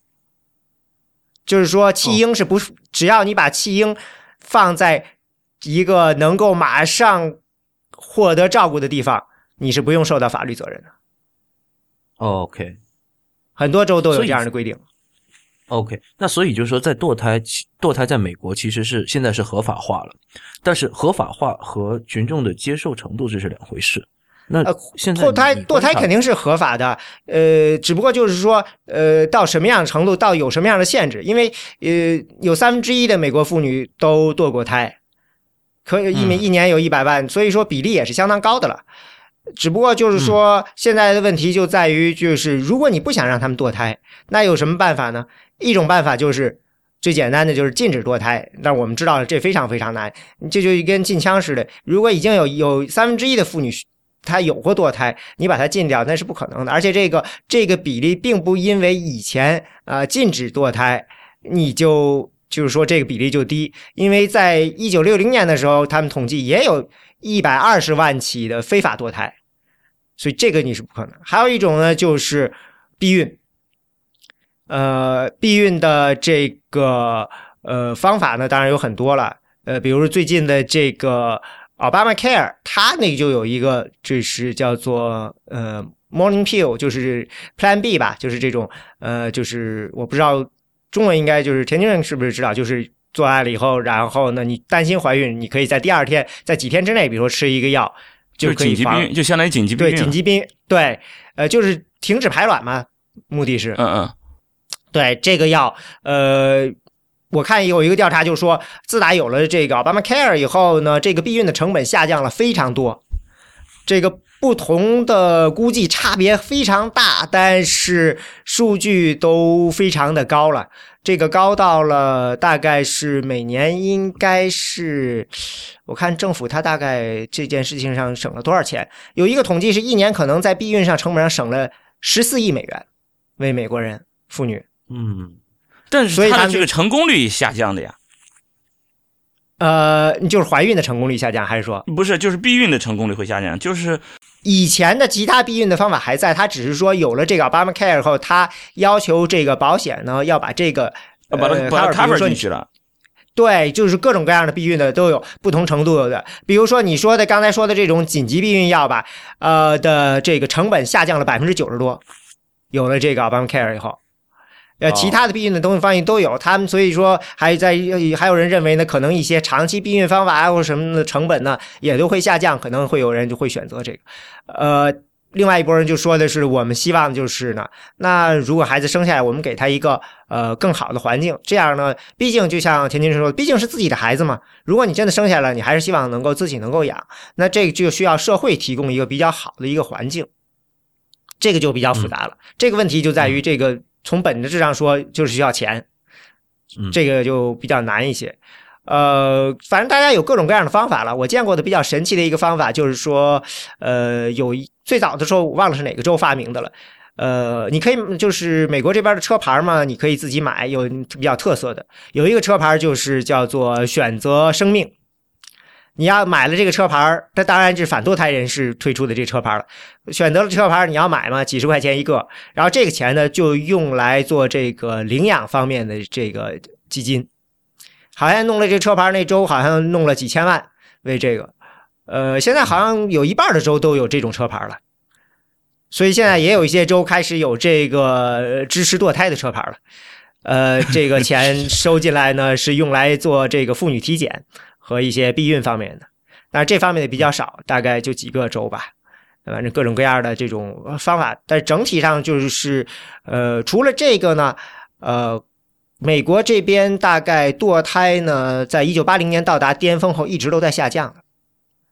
就是说，弃婴是不，哦、只要你把弃婴放在一个能够马上获得照顾的地方，你是不用受到法律责任的。 OK， 很多州都有这样的规定。 OK， 那所以就是说，在堕胎，堕胎在美国其实是现在是合法化了，但是合法化和群众的接受程度这是两回事。那现在堕胎堕胎肯定是合法的，呃，只不过就是说，呃，到什么样的程度，到有什么样的限制，因为呃，有三分之一的美国妇女都堕过胎。可以一年一年有一百万，所以说比例也是相当高的了。只不过就是说，现在的问题就在于，就是如果你不想让他们堕胎，那有什么办法呢？一种办法就是最简单的，就是禁止堕胎。但我们知道这非常非常难，这就跟禁枪似的。如果已经有有三分之一的妇女她有过堕胎，你把它禁掉那是不可能的。而且这个这个比例并不因为以前呃禁止堕胎，你就。就是说这个比例就低，因为在一九六零年的时候，他们统计也有一百二十万起的非法堕胎，所以这个你是不可能。还有一种呢，就是避孕，呃，避孕的这个呃方法呢，当然有很多了，呃，比如说最近的这个 Obamacare， 它那个就有一个，这是叫做呃 Morning Pill， 就是 Plan B 吧，就是这种呃，就是我不知道。中文应该就是田径人是不是知道？就是做爱了以后，然后呢，你担心怀孕，你可以在第二天，在几天之内，比如说吃一个药，就可以防， 就, 就相当于紧急避孕。 对，紧急避孕，对，呃，就是停止排卵嘛，目的是， 嗯嗯， 对，这个药，呃，我看有一个调查就说，自打有了这个 Obamacare 以后呢，这个避孕的成本下降了非常多，这个。不同的估计差别非常大，但是数据都非常的高了。这个高到了大概是每年应该是，我看政府它大概这件事情上省了多少钱？有一个统计是一年可能在避孕上成本上省了十四亿美元，为美国人妇女。 嗯， 但是它的这个成功率下降的呀。 呃，就是怀孕的成功率下降，还是说不是？就是避孕的成功率会下降，就是以前的其他避孕的方法还在，它只是说有了这个 Obamacare 后，它要求这个保险呢要把这个呃把它把它 cover 进去了。 对，就是各种各样的避孕的都有不同程度的，比如说你说的刚才说的这种紧急避孕药吧，呃的这个成本下降了百分之九十多，有了这个 Obamacare 以后。呃，其他的避孕的东西方面都有，他们所以说还在还有人认为呢，可能一些长期避孕方法啊或者什么的成本呢也都会下降，可能会有人就会选择这个。呃，另外一拨人就说的是，我们希望就是呢，那如果孩子生下来，我们给他一个呃更好的环境，这样呢，毕竟就像田金说的，毕竟是自己的孩子嘛。如果你真的生下来，你还是希望能够自己能够养，那这个就需要社会提供一个比较好的一个环境，这个就比较复杂了。嗯、这个问题就在于这个。从本质上说就是需要钱，这个就比较难一些。呃，反正大家有各种各样的方法了。我见过的比较神奇的一个方法就是说，呃，有最早的时候我忘了是哪个州发明的了。呃，你可以就是美国这边的车牌嘛，你可以自己买，有比较特色的。有一个车牌就是叫做选择生命。你要买了这个车牌，这当然是反堕胎人士推出的这个车牌了。选择了车牌，你要买嘛，几十块钱一个，然后这个钱呢就用来做这个领养方面的这个基金。好像弄了这车牌那州好像弄了几千万为这个，呃，现在好像有一半的州都有这种车牌了。所以现在也有一些州开始有这个支持堕胎的车牌了。呃，这个钱收进来呢是用来做这个妇女体检。和一些避孕方面的，但是这方面的比较少，大概就几个州吧，反正各种各样的这种方法，但是整体上就是呃，除了这个呢，呃，美国这边大概堕胎呢，在一九八零年到达巅峰后一直都在下降的，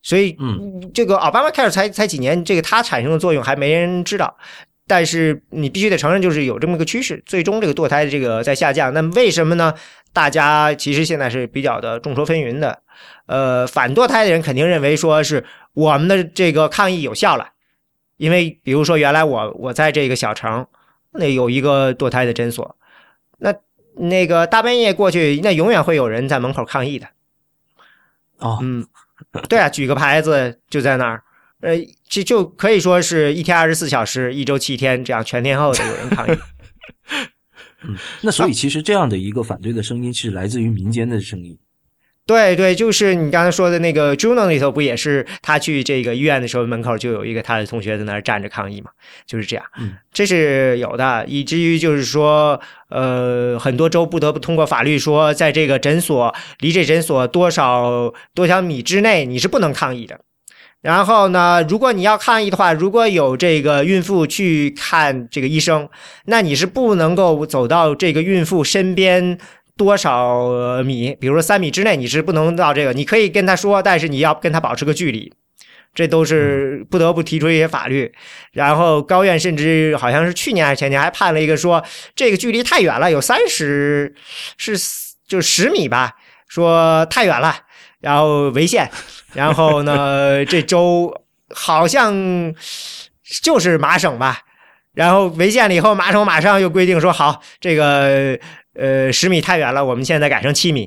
所以， 嗯， 这个 Obamacare 才才几年，这个它产生的作用还没人知道。但是你必须得承认，就是有这么一个趋势，最终这个堕胎这个在下降。那么为什么呢？大家其实现在是比较的众说纷纭的。呃，反堕胎的人肯定认为说是我们的这个抗议有效了，因为比如说原来我我在这个小城那有一个堕胎的诊所，那那个大半夜过去，那永远会有人在门口抗议的。 哦， 嗯，对啊，举个牌子就在那儿。呃，这就可以说是一天二十四小时，一周七天，这样全天候的有人抗议。 嗯，那所以其实这样的一个反对的声音是来自于民间的声音。 对对，就是你刚才说的那个 Juno 里头，不也是他去这个医院的时候，门口就有一个他的同学在那儿站着抗议嘛，就是这样。 嗯， 这是有的，以至于就是说，呃，很多州不得不通过法律说，在这个诊所离这诊所多少多少米之内，你是不能抗议的。然后呢，如果你要抗议的话，如果有这个孕妇去看这个医生，那你是不能够走到这个孕妇身边多少米，比如说三米之内，你是不能到这个。你可以跟他说，但是你要跟他保持个距离，这都是不得不提出一些法律。然后高院甚至好像是去年还是前年还判了一个说，这个距离太远了，有三十是就是十米吧，说太远了，然后违宪。然后呢，这州好像就是麻省吧，然后违宪了以后，麻省马上又规定说，好，这个呃十米太远了，我们现在改成七米，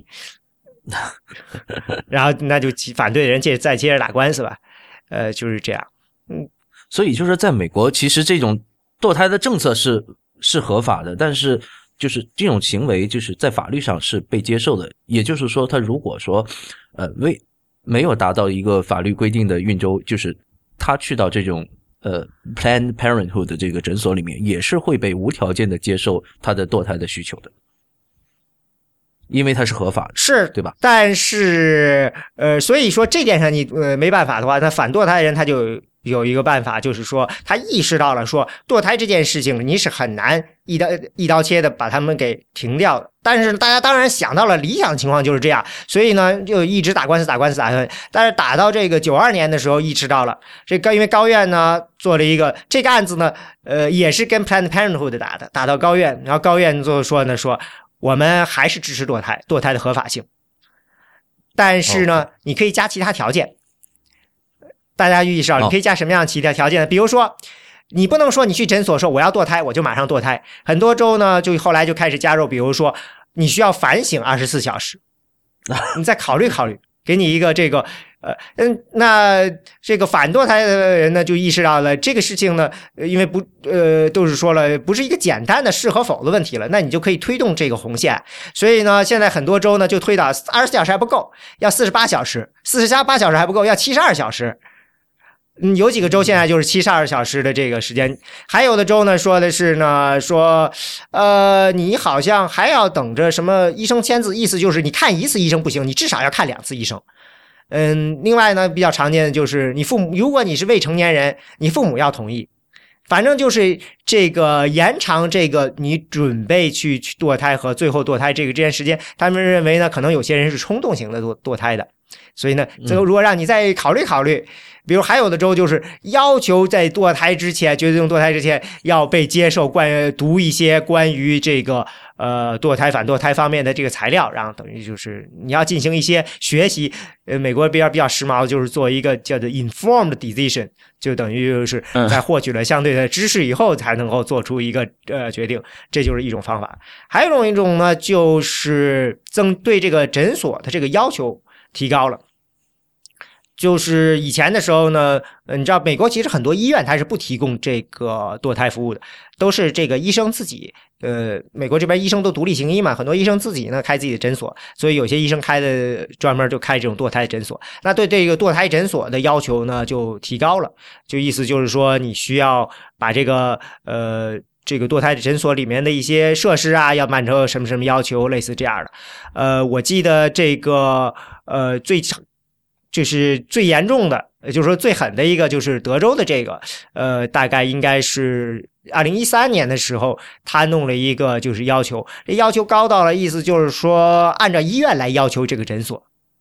然后那就反对的人接再接着打官司吧，呃，就是这样。嗯， 所以就是在美国，其实这种堕胎的政策是是合法的，但是就是这种行为就是在法律上是被接受的。也就是说，他如果说呃为没有达到一个法律规定的孕周，就是他去到这种呃 Planned Parenthood 的这个诊所里面，也是会被无条件的接受他的堕胎的需求的，因为它是合法的， 是对吧？ 但是呃，所以说这点上你呃没办法的话，那反堕胎人他就有一个办法，就是说他意识到了说堕胎这件事情你是很难一刀一刀切的把他们给停掉的。但是大家当然想到了理想情况就是这样，所以呢就一直打官司打官司打官司。但是打到这个九二年的时候意识到了，这个因为高院呢做了一个这个案子呢，呃也是跟 Planned Parenthood 打的，打到高院，然后高院就说呢说我们还是支持堕胎，堕胎的合法性。但是呢， okay. 你可以加其他条件。大家意识到你可以加什么样的其他条件呢？ oh. 比如说，你不能说你去诊所说我要堕胎，我就马上堕胎。很多州呢，就后来就开始加入，比如说你需要反省二十四小时，你再考虑考虑，给你一个这个呃嗯，那这个反堕胎的人呢，就意识到了这个事情呢，因为不呃都是说了不是一个简单的是和否的问题了，那你就可以推动这个红线。所以呢，现在很多州呢就推到二十四小时还不够，要四十八小时，四十八小时还不够，要七十二小时。嗯，有几个州现在就是七十二小时的这个时间，还有的州呢说的是呢说，呃，你好像还要等着什么医生签字，意思就是你看一次医生不行，你至少要看两次医生。嗯，另外呢比较常见的就是你父母，如果你是未成年人，你父母要同意。反正就是这个延长这个你准备去去堕胎和最后堕胎这个这件时间，他们认为呢可能有些人是冲动型的堕堕胎的，所以呢最后如果让你再考虑考虑。比如还有的州就是要求在堕胎之前，决定堕胎之前要被接受关读一些关于这个呃堕胎反堕胎方面的这个材料，然后等于就是你要进行一些学习。呃，美国比较比较时髦的就是做一个叫做 informed decision， 就等于就是在获取了相对的知识以后才能够做出一个呃决定，这就是一种方法。还有一种呢，就是增对这个诊所的这个要求提高了。就是以前的时候呢，你知道美国其实很多医院它是不提供这个堕胎服务的，都是这个医生自己，呃，美国这边医生都独立行医嘛，很多医生自己呢开自己的诊所，所以有些医生开的专门就开这种堕胎诊所。那对这个堕胎诊所的要求呢就提高了，就意思就是说你需要把这个呃这个堕胎诊所里面的一些设施啊要满足什么什么要求，类似这样的。呃，我记得这个呃最就是最严重的，就是说最狠的一个，就是德州的这个，呃，大概应该是二零一三年的时候，他弄了一个就是要求，这要求高到了，意思就是说按照医院来要求这个诊所，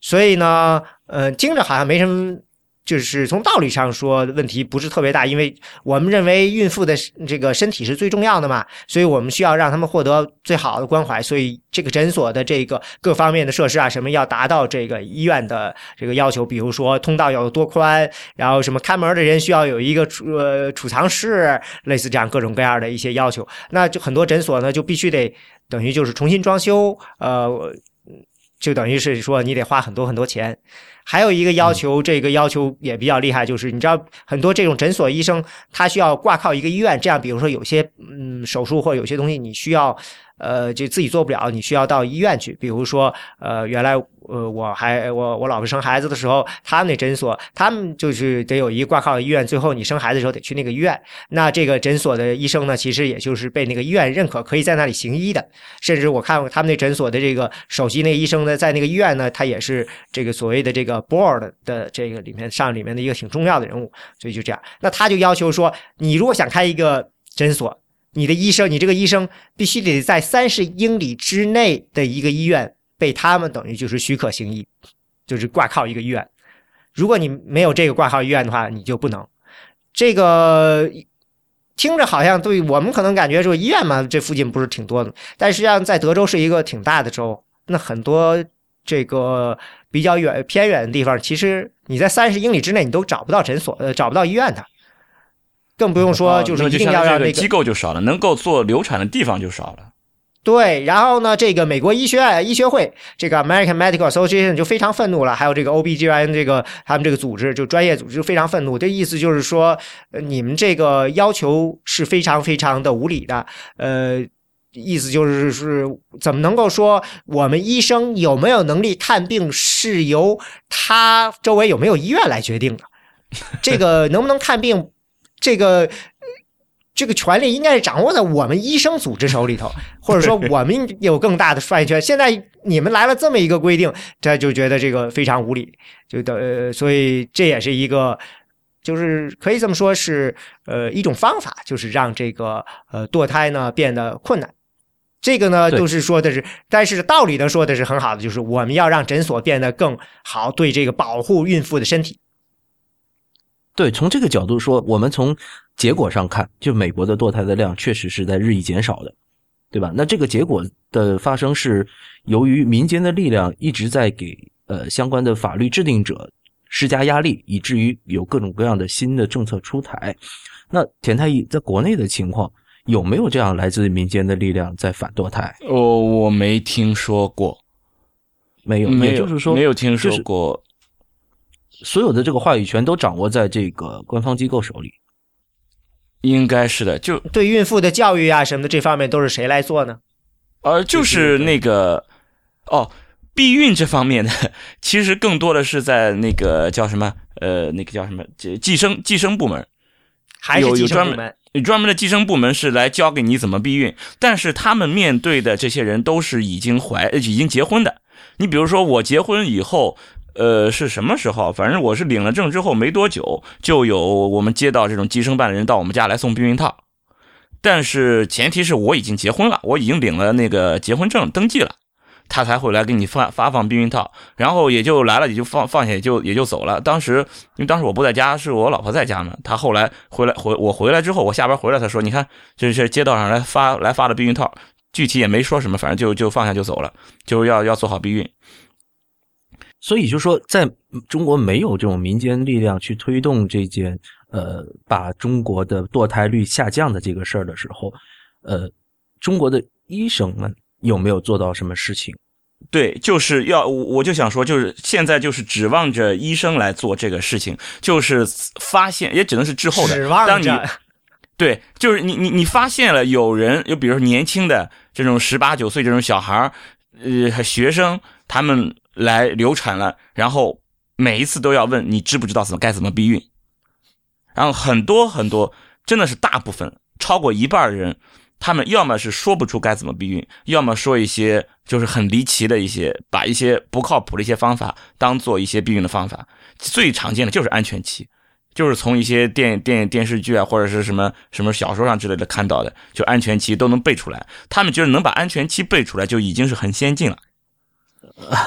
所以呢，呃，听着好像没什么。就是从道理上说，问题不是特别大，因为我们认为孕妇的这个身体是最重要的嘛，所以我们需要让他们获得最好的关怀，所以这个诊所的这个各方面的设施啊，什么要达到这个医院的这个要求，比如说通道要有多宽，然后什么看门的人需要有一个储呃储藏室，类似这样各种各样的一些要求。那就很多诊所呢就必须得等于就是重新装修，呃，就等于是说你得花很多很多钱。还有一个要求，这个要求也比较厉害，就是你知道很多这种诊所医生他需要挂靠一个医院，这样比如说有些嗯手术或者有些东西你需要呃就自己做不了，你需要到医院去，比如说呃原来呃我还我我老婆生孩子的时候，他们那诊所他们就是得有一个挂靠的医院，最后你生孩子的时候得去那个医院，那这个诊所的医生呢其实也就是被那个医院认可可以在那里行医的，甚至我看他们那诊所的这个首席那个医生呢在那个医院呢他也是这个所谓的这个board 的这个里面上里面的一个挺重要的人物，所以就这样，那他就要求说你如果想开一个诊所，你的医生你这个医生必须得在三十英里之内的一个医院被他们等于就是许可行医，就是挂靠一个医院，如果你没有这个挂靠医院的话你就不能。这个听着好像对我们可能感觉说医院嘛这附近不是挺多的，但实际上在德州是一个挺大的州，那很多这个比较远偏远的地方，其实你在三十英里之内你都找不到诊所，呃，找不到医院的，更不用说就是一定要让那个机构就少了，能够做流产的地方就少了。 对，然后呢，这个美国医学医学会这个 American Medical Association 就非常愤怒了，还有这个 O B G Y N 这个他们这个组织就专业组织非常愤怒，这意思就是说，呃，你们这个要求是非常非常的无理的，呃。意思就是是怎么能够说我们医生有没有能力看病是由他周围有没有医院来决定的，这个能不能看病这个这个权利应该是掌握在我们医生组织手里头，或者说我们有更大的发言权，现在你们来了这么一个规定，他就觉得这个非常无理，就的、呃、所以这也是一个就是可以这么说是呃一种方法，就是让这个呃堕胎呢变得困难。这个呢，就是说的是，但是道理呢说的是很好的，就是我们要让诊所变得更好，对这个保护孕妇的身体。 对，从这个角度说，我们从结果上看，就美国的堕胎的量确实是在日益减少的，对吧？那这个结果的发生是由于民间的力量一直在给呃相关的法律制定者施加压力，以至于有各种各样的新的政策出台。那田太医在国内的情况，有没有这样来自民间的力量在反堕胎？ 我我没听说过， 没有， 没有， 也就是说没有听说过。 就是所有的这个话语权都掌握在这个官方机构手里， 应该是的。就对孕妇的教育啊什么的这方面都是谁来做呢？ 呃，就是那个哦，避孕这方面的，其实更多的是在那个叫什么呃，那个叫什么计生计生部门， 还是计生部门？ 有专门的计生部门是来教给你怎么避孕，但是他们面对的这些人都是已经怀已经结婚的。你比如说我结婚以后，呃，是什么时候？反正我是领了证之后没多久，就有我们接到这种计生办的人到我们家来送避孕套，但是前提是我已经结婚了，我已经领了那个结婚证登记了，他才会来给你发发放避孕套，然后也就来了，也就放放下，也就也就走了。当时因为当时我不在家，是我老婆在家嘛，她后来回来回我回来之后，我下班回来，她说你看这是街道上来发来发的避孕套，具体也没说什么，反正就就放下就走了，就是要要做好避孕。 所以就说在中国没有这种民间力量去推动这件呃把中国的堕胎率下降的这个事儿的时候，呃中国的医生们有没有做到什么事情？ 对，就是要我就想说，就是现在就是指望着医生来做这个事情，就是发现也只能是之后的， 指望着。 当你对，就是你你你发现了有人，就比如说年轻的这种十八九岁这种小孩，呃，学生他们来流产了，然后每一次都要问你知不知道怎么该怎么避孕，然后很多很多，真的是大部分超过一半的人。他们要么是说不出该怎么避孕，要么说一些就是很离奇的一些，把一些不靠谱的一些方法当做一些避孕的方法。最常见的就是安全期，就是从一些电电电视剧啊，或者是什么什么小说上之类的看到的，就安全期都能背出来。他们觉得能把安全期背出来就已经是很先进了。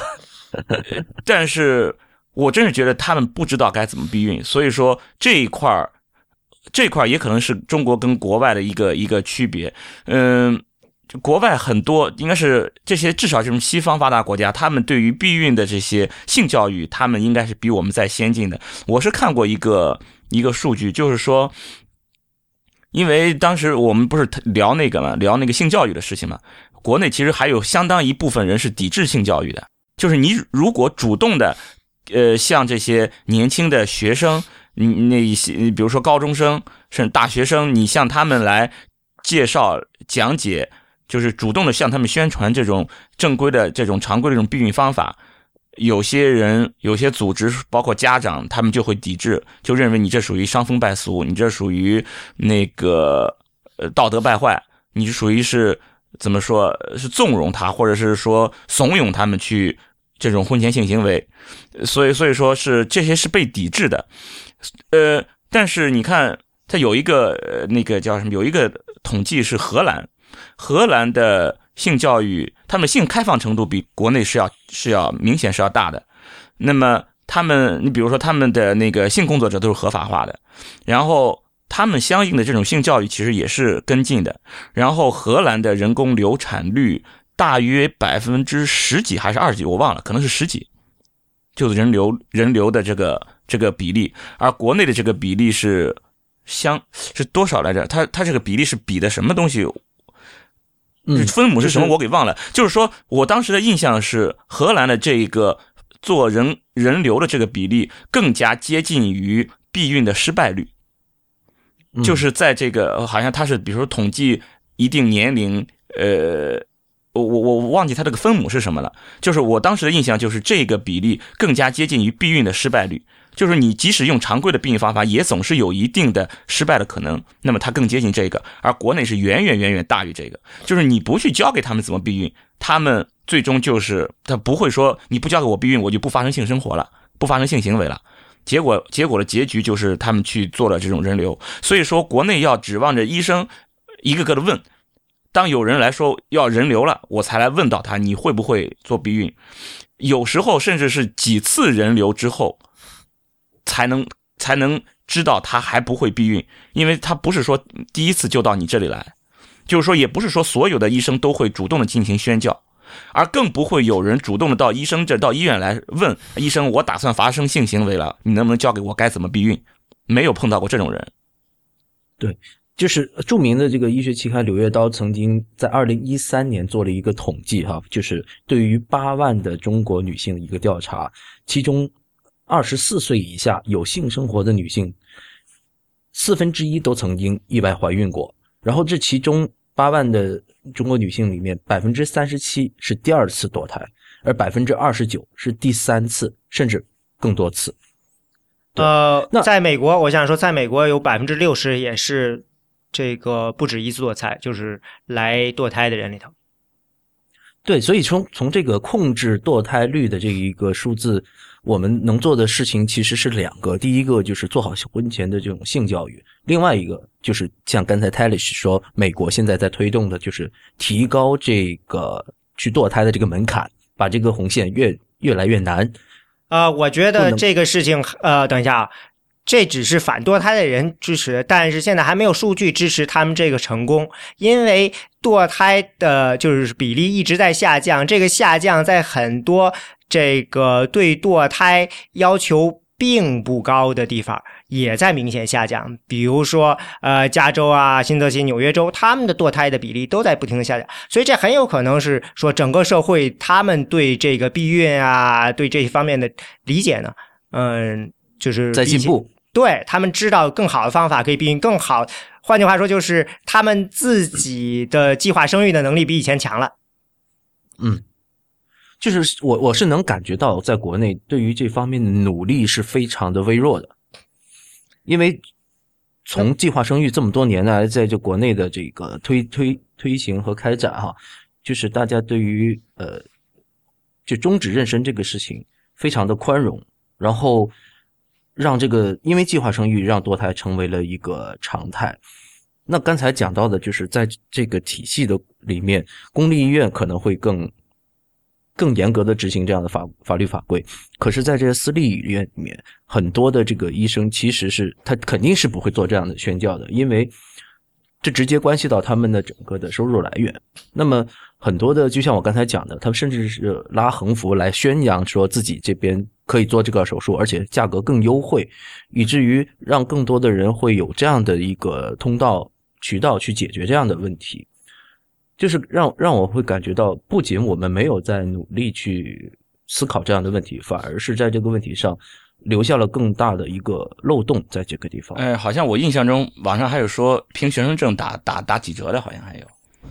但是我真是觉得他们不知道该怎么避孕，所以说这一块儿，这一块也可能是中国跟国外的一个一个区别。嗯，国外很多应该是这些，至少这种西方发达国家，他们对于避孕的这些性教育，他们应该是比我们在先进的。我是看过一个一个数据，就是说，因为当时我们不是聊那个嘛，聊那个性教育的事情嘛，国内其实还有相当一部分人是抵制性教育的，就是你如果主动的。呃，像这些年轻的学生，你那些，比如说高中生，甚至大学生，你向他们来介绍、讲解，就是主动的向他们宣传这种正规的、这种常规的这种避孕方法，有些人、有些组织，包括家长，他们就会抵制，就认为你这属于伤风败俗，你这属于那个呃道德败坏，你属于是怎么说？是纵容他，或者是说怂恿他们去。这种婚前性行为，所以所以说是这些是被抵制的，呃，但是你看，它有一个、呃、那个叫什么？有一个统计是荷兰，荷兰的性教育，他们性开放程度比国内是要是要明显是要大的。那么他们，你比如说他们的那个性工作者都是合法化的，然后他们相应的这种性教育其实也是跟进的。然后荷兰的人工流产率。大约百分之十几还是二十几，我忘了，可能是十几，就是人流人流的这个这个比例，而国内的这个比例是相是多少来着？它它这个比例是比的什么东西？嗯，分母是什么？我给忘了。就是说我当时的印象是，荷兰的这个做人人流的这个比例更加接近于避孕的失败率，就是在这个好像它是比如说统计一定年龄，呃。我我我忘记它这个分母是什么了，就是我当时的印象就是这个比例更加接近于避孕的失败率，就是你即使用常规的避孕方法也总是有一定的失败的可能，那么它更接近这个，而国内是远远远远大于这个，就是你不去教给他们怎么避孕，他们最终就是他不会说你不教给我避孕我就不发生性生活了，不发生性行为了，结果结果的结局就是他们去做了这种人流，所以说国内要指望着医生一个个的问，当有人来说要人流了，我才来问到他你会不会做避孕，有时候甚至是几次人流之后才能才能知道他还不会避孕，因为他不是说第一次就到你这里来，就是说也不是说所有的医生都会主动的进行宣教，而更不会有人主动的到医生这到医院来问医生我打算发生性行为了，你能不能教给我该怎么避孕，没有碰到过这种人。 对，就是著名的这个医学期刊《柳叶刀》曾经在二零一三年做了一个统计哈，就是对于八万的中国女性的一个调查，其中二十四岁以下有性生活的女性，四分之一都曾经意外怀孕过。然后这其中八万的中国女性里面，百分之三十七是第二次堕胎，而百分之二十九是第三次，甚至更多次。 呃，在美国，我想说，在美国有百分之六十也是。这个不止一次堕胎，就是来堕胎的人里头。 对，所以从从这个控制堕胎率的这一个数字，我们能做的事情其实是两个。第一个就是做好婚前的这种性教育，另外一个就是像刚才 Talish 说，美国现在在推动的就是提高这个去堕胎的这个门槛，把这个红线越越来越难。 呃，我觉得这个事情，呃，等一下啊。这只是反堕胎的人支持，但是现在还没有数据支持他们这个成功，因为堕胎的就是比例一直在下降，这个下降在很多这个对堕胎要求并不高的地方也在明显下降，比如说呃加州啊、新泽西、纽约州，他们的堕胎的比例都在不停的下降，所以这很有可能是说整个社会他们对这个避孕啊、对这方面的理解呢，嗯，就是在进步。 对，他们知道更好的方法可以避孕更好，换句话说就是他们自己的计划生育的能力比以前强了。 嗯，就是我我是能感觉到在国内对于这方面的努力是非常的微弱的，因为从计划生育这么多年来在这国内的这个推推推行和开展哈，就是大家对于呃就终止妊娠这个事情非常的宽容，然后让这个因为计划生育让堕胎成为了一个常态。那刚才讲到的就是在这个体系的里面，公立医院可能会更更严格的执行这样的法法律法规。可是在这些私立医院里面，很多的这个医生其实是他肯定是不会做这样的宣教的，因为这直接关系到他们的整个的收入来源。那么很多的就像我刚才讲的，他们甚至是拉横幅来宣扬说自己这边可以做这个手术，而且价格更优惠，以至于让更多的人会有这样的一个通道渠道去解决这样的问题。就是让让我会感觉到，不仅我们没有在努力去思考这样的问题，反而是在这个问题上留下了更大的一个漏洞在这个地方。 哎，好像我印象中网上还有说凭学生证打打打几折的，好像还有。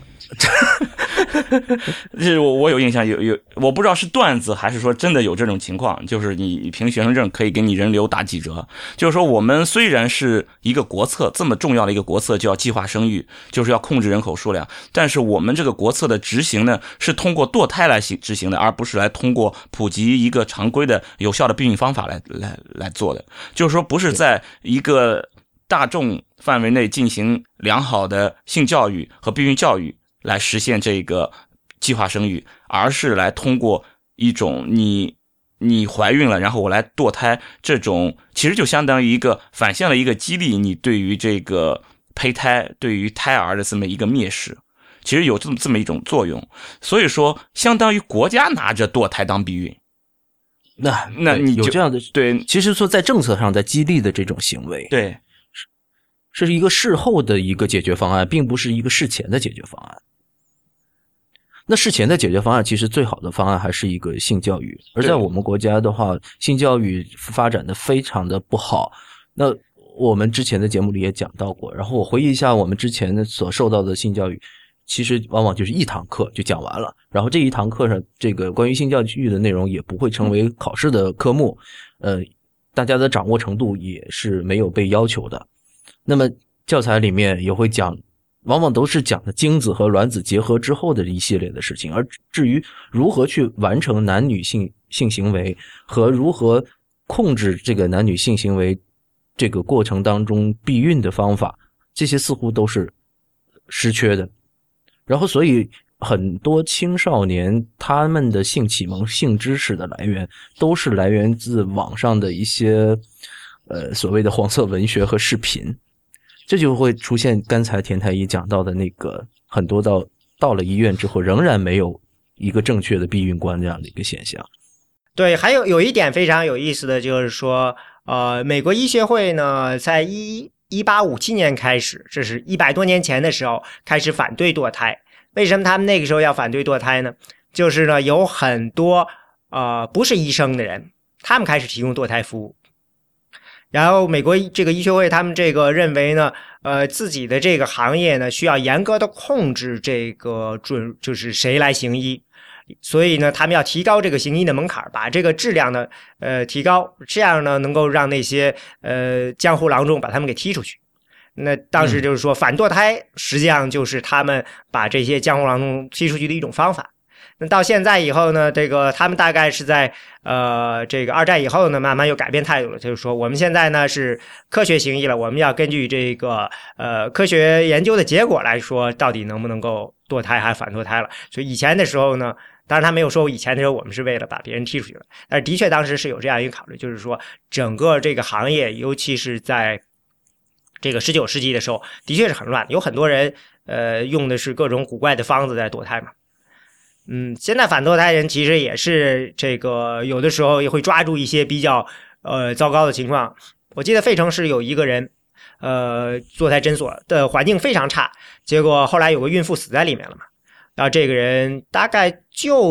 这我我有印象，有有我不知道是段子还是说真的有这种情况，就是你凭学生证可以给你人流打几折。就是说我们虽然是一个国策，这么重要的一个国策叫计划生育，就是要控制人口数量，但是我们这个国策的执行呢是通过堕胎来执行的，而不是来通过普及一个常规的有效的避孕方法来来来做的。就是说不是在一个大众范围内进行良好的性教育和避孕教育来实现这个计划生育，而是来通过一种你你怀孕了然后我来堕胎，这种其实就相当于一个反向的一个激励你对于这个胚胎对于胎儿的这么一个蔑视，其实有这么这么一种作用。所以说相当于国家拿着堕胎当避孕， 那那你有这样的对， 其实说在政策上在激励的这种行为， 对， 是一个事后的一个解决方案，并不是一个事前的解决方案。那事前的解决方案其实最好的方案还是一个性教育，而在我们国家的话，性教育发展的非常的不好。那我们之前的节目里也讲到过，然后我回忆一下我们之前所受到的性教育，其实往往就是一堂课就讲完了，然后这一堂课上这个关于性教育的内容也不会成为考试的科目，呃，大家的掌握程度也是没有被要求的。那么教材里面也会讲，往往都是讲的精子和卵子结合之后的一系列的事情，而至于如何去完成男女性性行为和如何控制这个男女性行为这个过程当中避孕的方法，这些似乎都是失缺的。然后所以很多青少年他们的性启蒙性知识的来源都是来源自网上的一些呃所谓的黄色文学和视频，这就会出现刚才田太医讲到的那个很多到到了医院之后仍然没有一个正确的避孕观这样的一个现象。 对，还有有一点非常有意思的就是说，呃，美国医学会呢，在一一八五七年开始，这是一百多年前的时候开始反对堕胎。为什么他们那个时候要反对堕胎呢？就是呢，有很多呃不是医生的人，他们开始提供堕胎服务。然后美国这个医学会他们这个认为呢，呃，自己的这个行业呢需要严格的控制这个准，就是谁来行医，所以呢，他们要提高这个行医的门槛，把这个质量呢，呃，提高，这样呢，能够让那些呃江湖郎中把他们给踢出去。那当时就是说，反堕胎实际上就是他们把这些江湖郎中踢出去的一种方法。那到现在以后呢，这个他们大概是在呃这个二战以后呢，慢慢又改变态度了，就是说我们现在呢是科学行医了，我们要根据这个呃科学研究的结果来说，到底能不能够堕胎还是反堕胎了。所以以前的时候呢，当然他没有说以前的时候我们是为了把别人踢出去了，但是的确当时是有这样一个考虑，就是说整个这个行业，尤其是在这个十九世纪的时候，的确是很乱，有很多人呃用的是各种古怪的方子在堕胎嘛。嗯，现在反堕胎人其实也是这个有的时候也会抓住一些比较呃糟糕的情况。我记得费城市有一个人，呃，堕胎诊所的环境非常差，结果后来有个孕妇死在里面了嘛。然后这个人大概就是，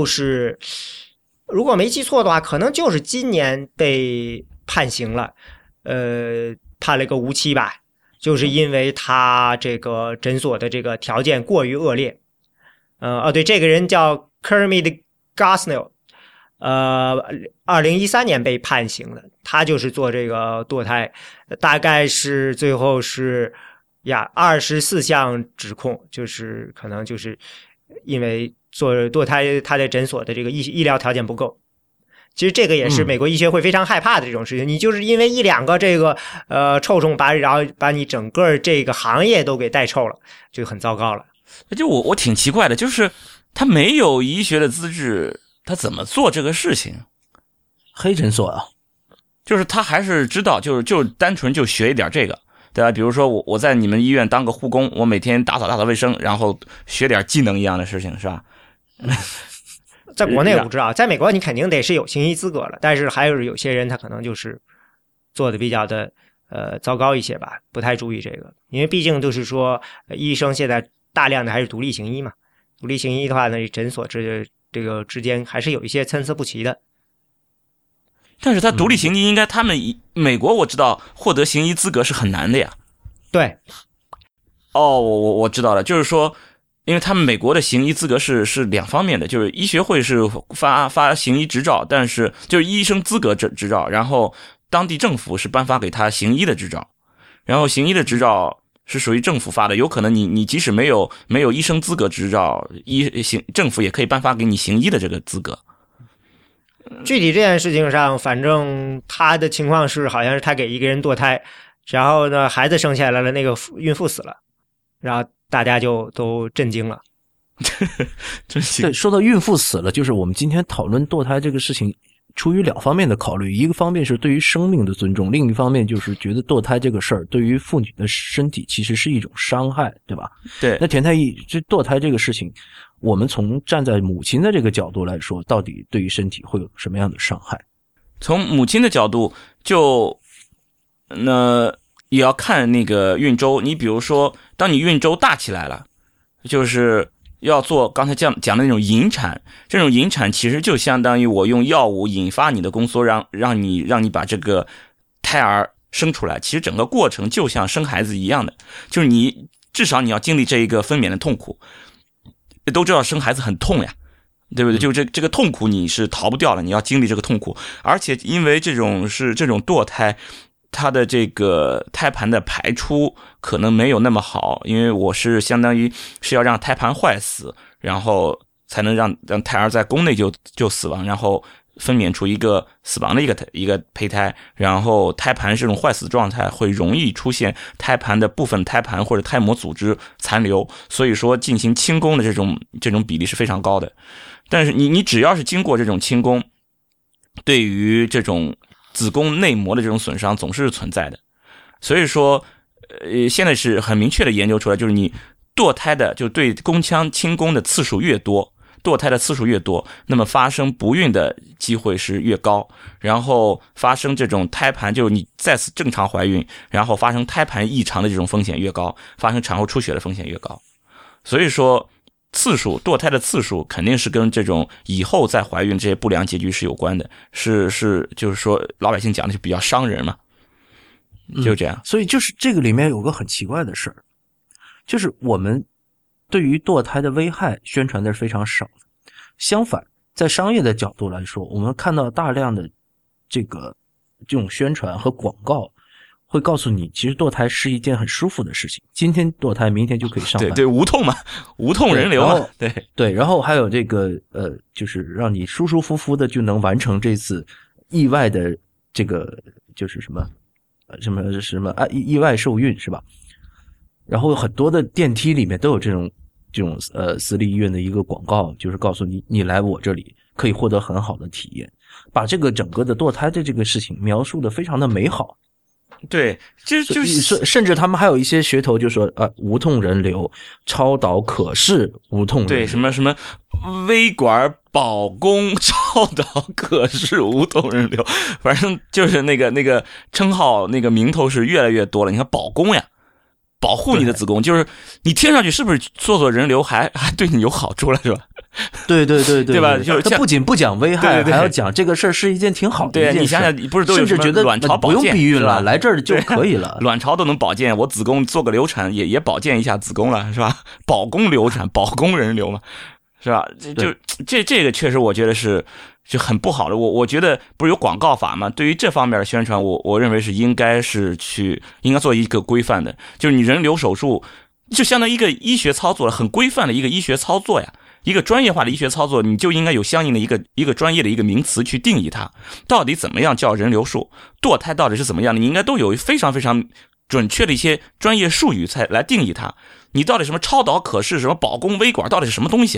如果没记错的话，可能就是今年被判刑了，呃，判了一个无期吧，就是因为他这个诊所的这个条件过于恶劣。呃，哦，对，这个人叫 Kermit Gosnell， 呃，二零一三年被判刑的，他就是做这个堕胎，大概是最后是呀二十四项指控，就是可能就是因为做堕胎，他的诊所的这个医医疗条件不够。其实这个也是美国医学会非常害怕的这种事情，嗯、你就是因为一两个这个呃臭虫把然后把你整个这个行业都给带臭了，就很糟糕了。 就我我挺奇怪的，就是他没有医学的资质， 他怎么做这个事情？ 黑诊所啊， 就是他还是知道，就是就单纯就学一点这个，对吧？比如说我我在你们医院当个护工，我每天打扫打扫卫生，然后学点技能一样的事情，是吧？ 在国内我不知道，在美国你肯定得是有行医资格了，但是还有有些人他可能就是做的比较的呃糟糕一些吧，不太注意这个，因为毕竟就是说医生现在大量的还是独立行医嘛，独立行医的话呢，诊所之这个之间还是有一些参差不齐的。 但是他独立行医应该他们美国我知道获得行医资格是很难的呀。 对， 哦，我我我知道了，就是说。因为他们美国的行医资格是是两方面的，就是医学会是发发行医执照，但是就是医生资格执执照，然后当地政府是颁发给他行医的执照，然后行医的执照是属于政府发的，有可能你你即使没有没有医生资格执照，医行政府也可以颁发给你行医的这个资格。 具体这件事情上，反正他的情况是好像是他给一个人堕胎，然后呢孩子生下来了，那个孕妇死了，然后大家就都震惊了。 对，说到孕妇死了，就是我们今天讨论堕胎这个事情，出于两方面的考虑，一个方面是对于生命的尊重，另一方面就是觉得堕胎这个事儿对于妇女的身体其实是一种伤害，对吧？ 对。 那田太医，这堕胎这个事情，我们从站在母亲的这个角度来说，到底对于身体会有什么样的伤害？ 从母亲的角度，就那也要看那个孕周。你比如说，当你孕周大起来了，就是要做刚才讲讲的那种引产，这种引产其实就相当于我用药物引发你的宫缩，让让你让你把这个胎儿生出来。其实整个过程就像生孩子一样的，就是你至少你要经历这一个分娩的痛苦。都知道生孩子很痛呀，对不对？就这这个痛苦你是逃不掉了，你要经历这个痛苦。而且因为这种是这种堕胎，它的这个胎盘的排出可能没有那么好，因为我是相当于是要让胎盘坏死，然后才能让让胎儿在宫内就就死亡，然后分娩出一个死亡的一个一个胚胎，然后胎盘这种坏死状态会容易出现胎盘的部分胎盘或者胎膜组织残留，所以说进行清宫的这种这种比例是非常高的。但是你你只要是经过这种清宫，对于这种子宫内膜的这种损伤总是存在的。所以说呃，现在是很明确的研究出来，就是你堕胎的就对宫腔清宫的次数越多，堕胎的次数越多，那么发生不孕的机会是越高，然后发生这种胎盘，就是你再次正常怀孕，然后发生胎盘异常的这种风险越高，发生产后出血的风险越高。所以说次数堕胎的次数肯定是跟这种以后再怀孕这些不良结局是有关的，是是就是说老百姓讲的是比较伤人嘛，就这样、 嗯。所以就是这个里面有个很奇怪的事儿，就是我们对于堕胎的危害宣传的是非常少的，相反在商业的角度来说，我们看到大量的这个这种宣传和广告会告诉你，其实堕胎是一件很舒服的事情，今天堕胎明天就可以上班， 对对，无痛嘛，无痛人流嘛，对对，然后还有这个呃，就是让你舒舒服服的就能完成这次意外的这个就是什么什么什么啊意外受孕是吧？然后有很多的电梯里面都有这种这种呃私立医院的一个广告，就是告诉你你来我这里可以获得很好的体验，把这个整个的堕胎的这个事情描述的非常的美好。 对，就就是甚至他们还有一些噱头，就说啊无痛人流、超导可视无痛人流， 对什么什么微管保宫超导可视无痛人流，反正就是那个那个称号那个名头是越来越多了。你看保宫呀，保护你的子宫，就是你听上去是不是做做人流还还对你有好处了，是吧？ 对对对对， 对吧？就他不仅不讲危害， 对对对， 还要讲这个事儿是一件挺好的一件事。 对，你想想，不是都有甚至觉得卵巢保健不用避孕了，来这儿就可以了。 卵巢都能保健，我子宫做个流产也也保健一下子宫了，是吧？保宫流产，保宫人流嘛，是吧？就这这个确实我觉得是就很不好的。我我觉得不是有广告法吗？对于这方面的宣传，我我认为是应该是去应该做一个规范的，就是你人流手术就相当于一个医学操作，很规范的一个医学操作呀。一个专业化的医学操作，你就应该有相应的一个一个专业的一个名词去定义它，到底怎么样叫人流术，堕胎到底是怎么样的，你应该都有非常非常准确的一些专业术语才来定义它。你到底什么超导可视、什么保宫微管到底是什么东西啊？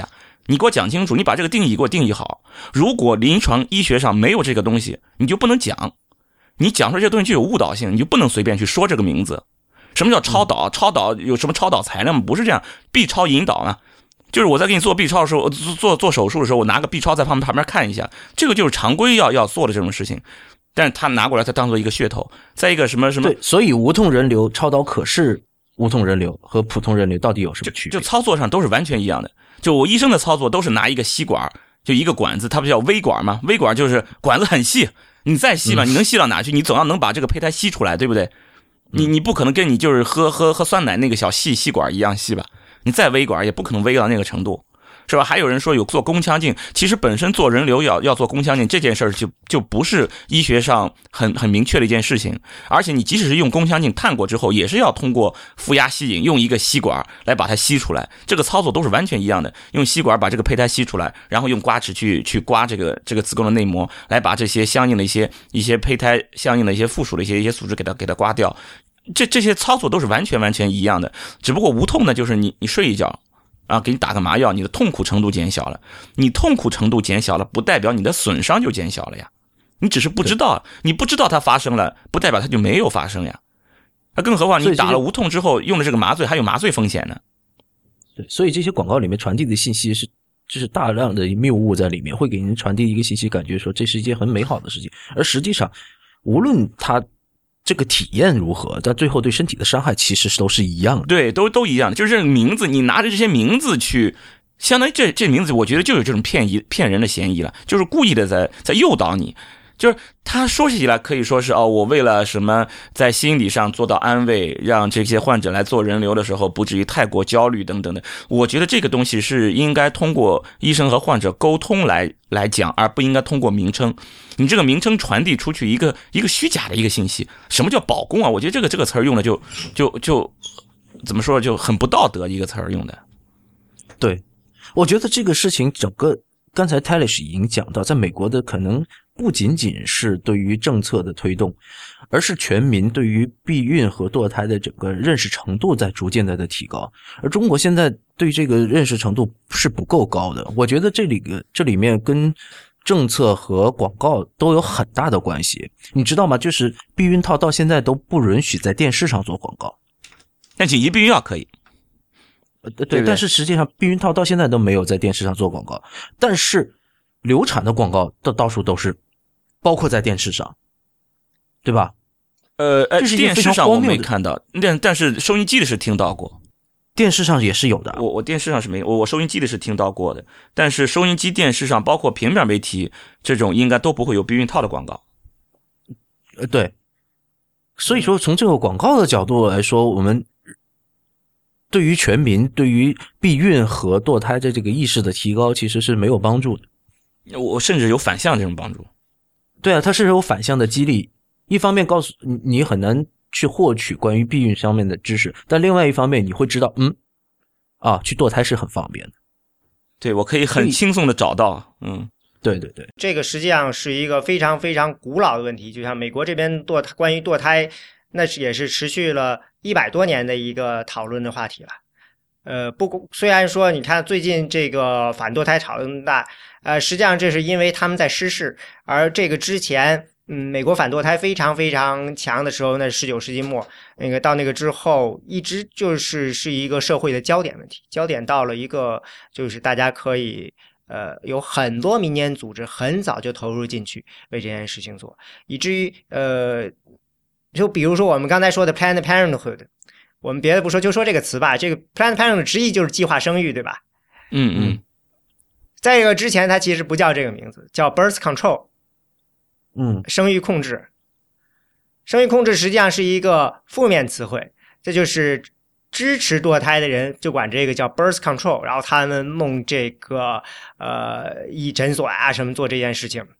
你给我讲清楚，你把这个定义给我定义好。如果临床医学上没有这个东西，你就不能讲。你讲出来这个东西就有误导性，你就不能随便去说这个名字。什么叫超导？超导有什么超导材料吗？不是这样。B 超引导呢，就是我在给你做 B 超的时候，做做做手术的时候，我拿个 B 超在旁旁边看一下，这个就是常规要要做的这种事情。但是他拿过来，他当做一个噱头。再一个什么什么， 对，所以无痛人流超导可视无痛人流和普通人流到底有什么区别？ 就, 就操作上都是完全一样的。就我医生的操作都是拿一个吸管，就一个管子，它不叫微管吗？微管就是管子很细，你再细吧，你能细到哪去？你总要能把这个胚胎吸出来，对不对？你你不可能跟你就是喝喝喝酸奶那个小细吸管一样细吧？你再微管也不可能微到那个程度。是吧？还有人说有做宫腔镜，其实本身做人流要要做宫腔镜这件事儿就就不是医学上很很明确的一件事情，而且你即使是用宫腔镜探过之后，也是要通过负压吸引，用一个吸管来把它吸出来，这个操作都是完全一样的。用吸管把这个胚胎吸出来，然后用刮齿去去刮这个这个子宫的内膜，来把这些相应的一些一些胚胎相应的一些附属的一些一些组织给它给它刮掉。这这些操作都是完全完全一样的，只不过无痛的就是你你睡一觉。啊，给你打个麻药，你的痛苦程度减小了。你痛苦程度减小了，不代表你的损伤就减小了呀。你只是不知道，你不知道它发生了，不代表它就没有发生呀。那更何况你打了无痛之后用的这个麻醉还有麻醉风险呢。 对，所以这些广告里面传递的信息是，就是大量的谬误在里面，会给人传递一个信息，感觉说这是一件很美好的事情，而实际上，无论它这个体验如何，但最后对身体的伤害其实都是一样的。 对，都都一样的，就是这个名字，你拿着这些名字去，相当于这这名字，我觉得就有这种骗疑骗人的嫌疑了，就是故意的在在诱导你。就是他说起来可以说是哦，我为了什么在心理上做到安慰，让这些患者来做人流的时候不至于太过焦虑等等的。我觉得这个东西是应该通过医生和患者沟通来来讲，而不应该通过名称。你这个名称传递出去一个一个虚假的一个信息，什么叫保供啊？我觉得这个这个词儿用的就就就怎么说就很不道德一个词儿用的。 对，我觉得这个事情整个刚才 Talish 已经讲到，在美国的可能不仅仅是对于政策的推动，而是全民对于避孕和堕胎的整个认识程度在逐渐的的提高，而中国现在对这个认识程度是不够高的。我觉得这里这里面跟政策和广告都有很大的关系。你知道吗？就是避孕套到现在都不允许在电视上做广告， 但紧急避孕药可以。 对, 对, 对，但是实际上避孕套到现在都没有在电视上做广告，但是流产的广告到到处都是，包括在电视上，对吧？ 呃，呃电视上我没看到，但但是收音机的是听到过， 电视上也是有的。 我我电视上是没有，我我收音机的是听到过的，但是收音机、电视上，包括平面媒体这种，应该都不会有避孕套的广告。 呃，对，所以说从这个广告的角度来说，我们对于全民对于避孕和堕胎的这个意识的提高其实是没有帮助的， 我甚至有反向这种帮助。 对啊，它是有反向的激励，一方面告诉你你很难去获取关于避孕方面的知识，但另外一方面你会知道嗯啊去堕胎是很方便的。 对，我可以很轻松的找到。嗯， 对对对， 这个实际上是一个非常非常古老的问题，就像美国这边堕关于堕胎那是也是持续了一百多年的一个讨论的话题了。呃，不，虽然说你看最近这个反堕胎讨论大，呃，实际上这是因为他们在失势，而这个之前，嗯，美国反堕胎非常非常强的时候，那是十九世纪末，那个到那个之后，一直就是是一个社会的焦点问题，焦点到了一个就是大家可以。呃，有很多民间组织很早就投入进去为这件事情做，以至于呃。就比如说我们刚才说的 Planned Parenthood， 我们别的不说，就说这个词吧。这个 Planned Parenthood 直译就是计划生育，对吧？ 嗯嗯。 在这个之前，它其实不叫这个名字，叫 Birth Control， 嗯， 生育控制。生育控制实际上是一个负面词汇，这就是支持堕胎的人就管这个叫 Birth Control， 然后他们弄这个呃以诊所啊什么做这件事情，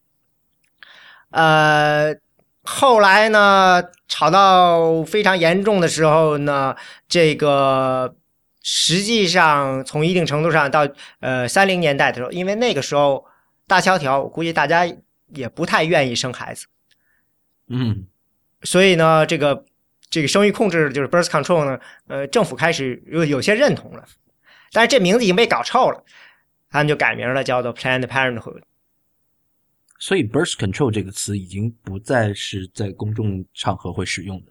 呃。后来呢，吵到非常严重的时候呢，这个实际上从一定程度上到呃三零年代的时候，因为那个时候大萧条，我估计大家也不太愿意生孩子， 嗯， 所以呢，这个这个生育控制就是 birth control 呢，呃，政府开始有有些认同了，但是这名字已经被搞臭了。 他们就改名了，叫做 Planned Parenthood。 所以 birth control 这个词已经不再是在公众场合会使用的。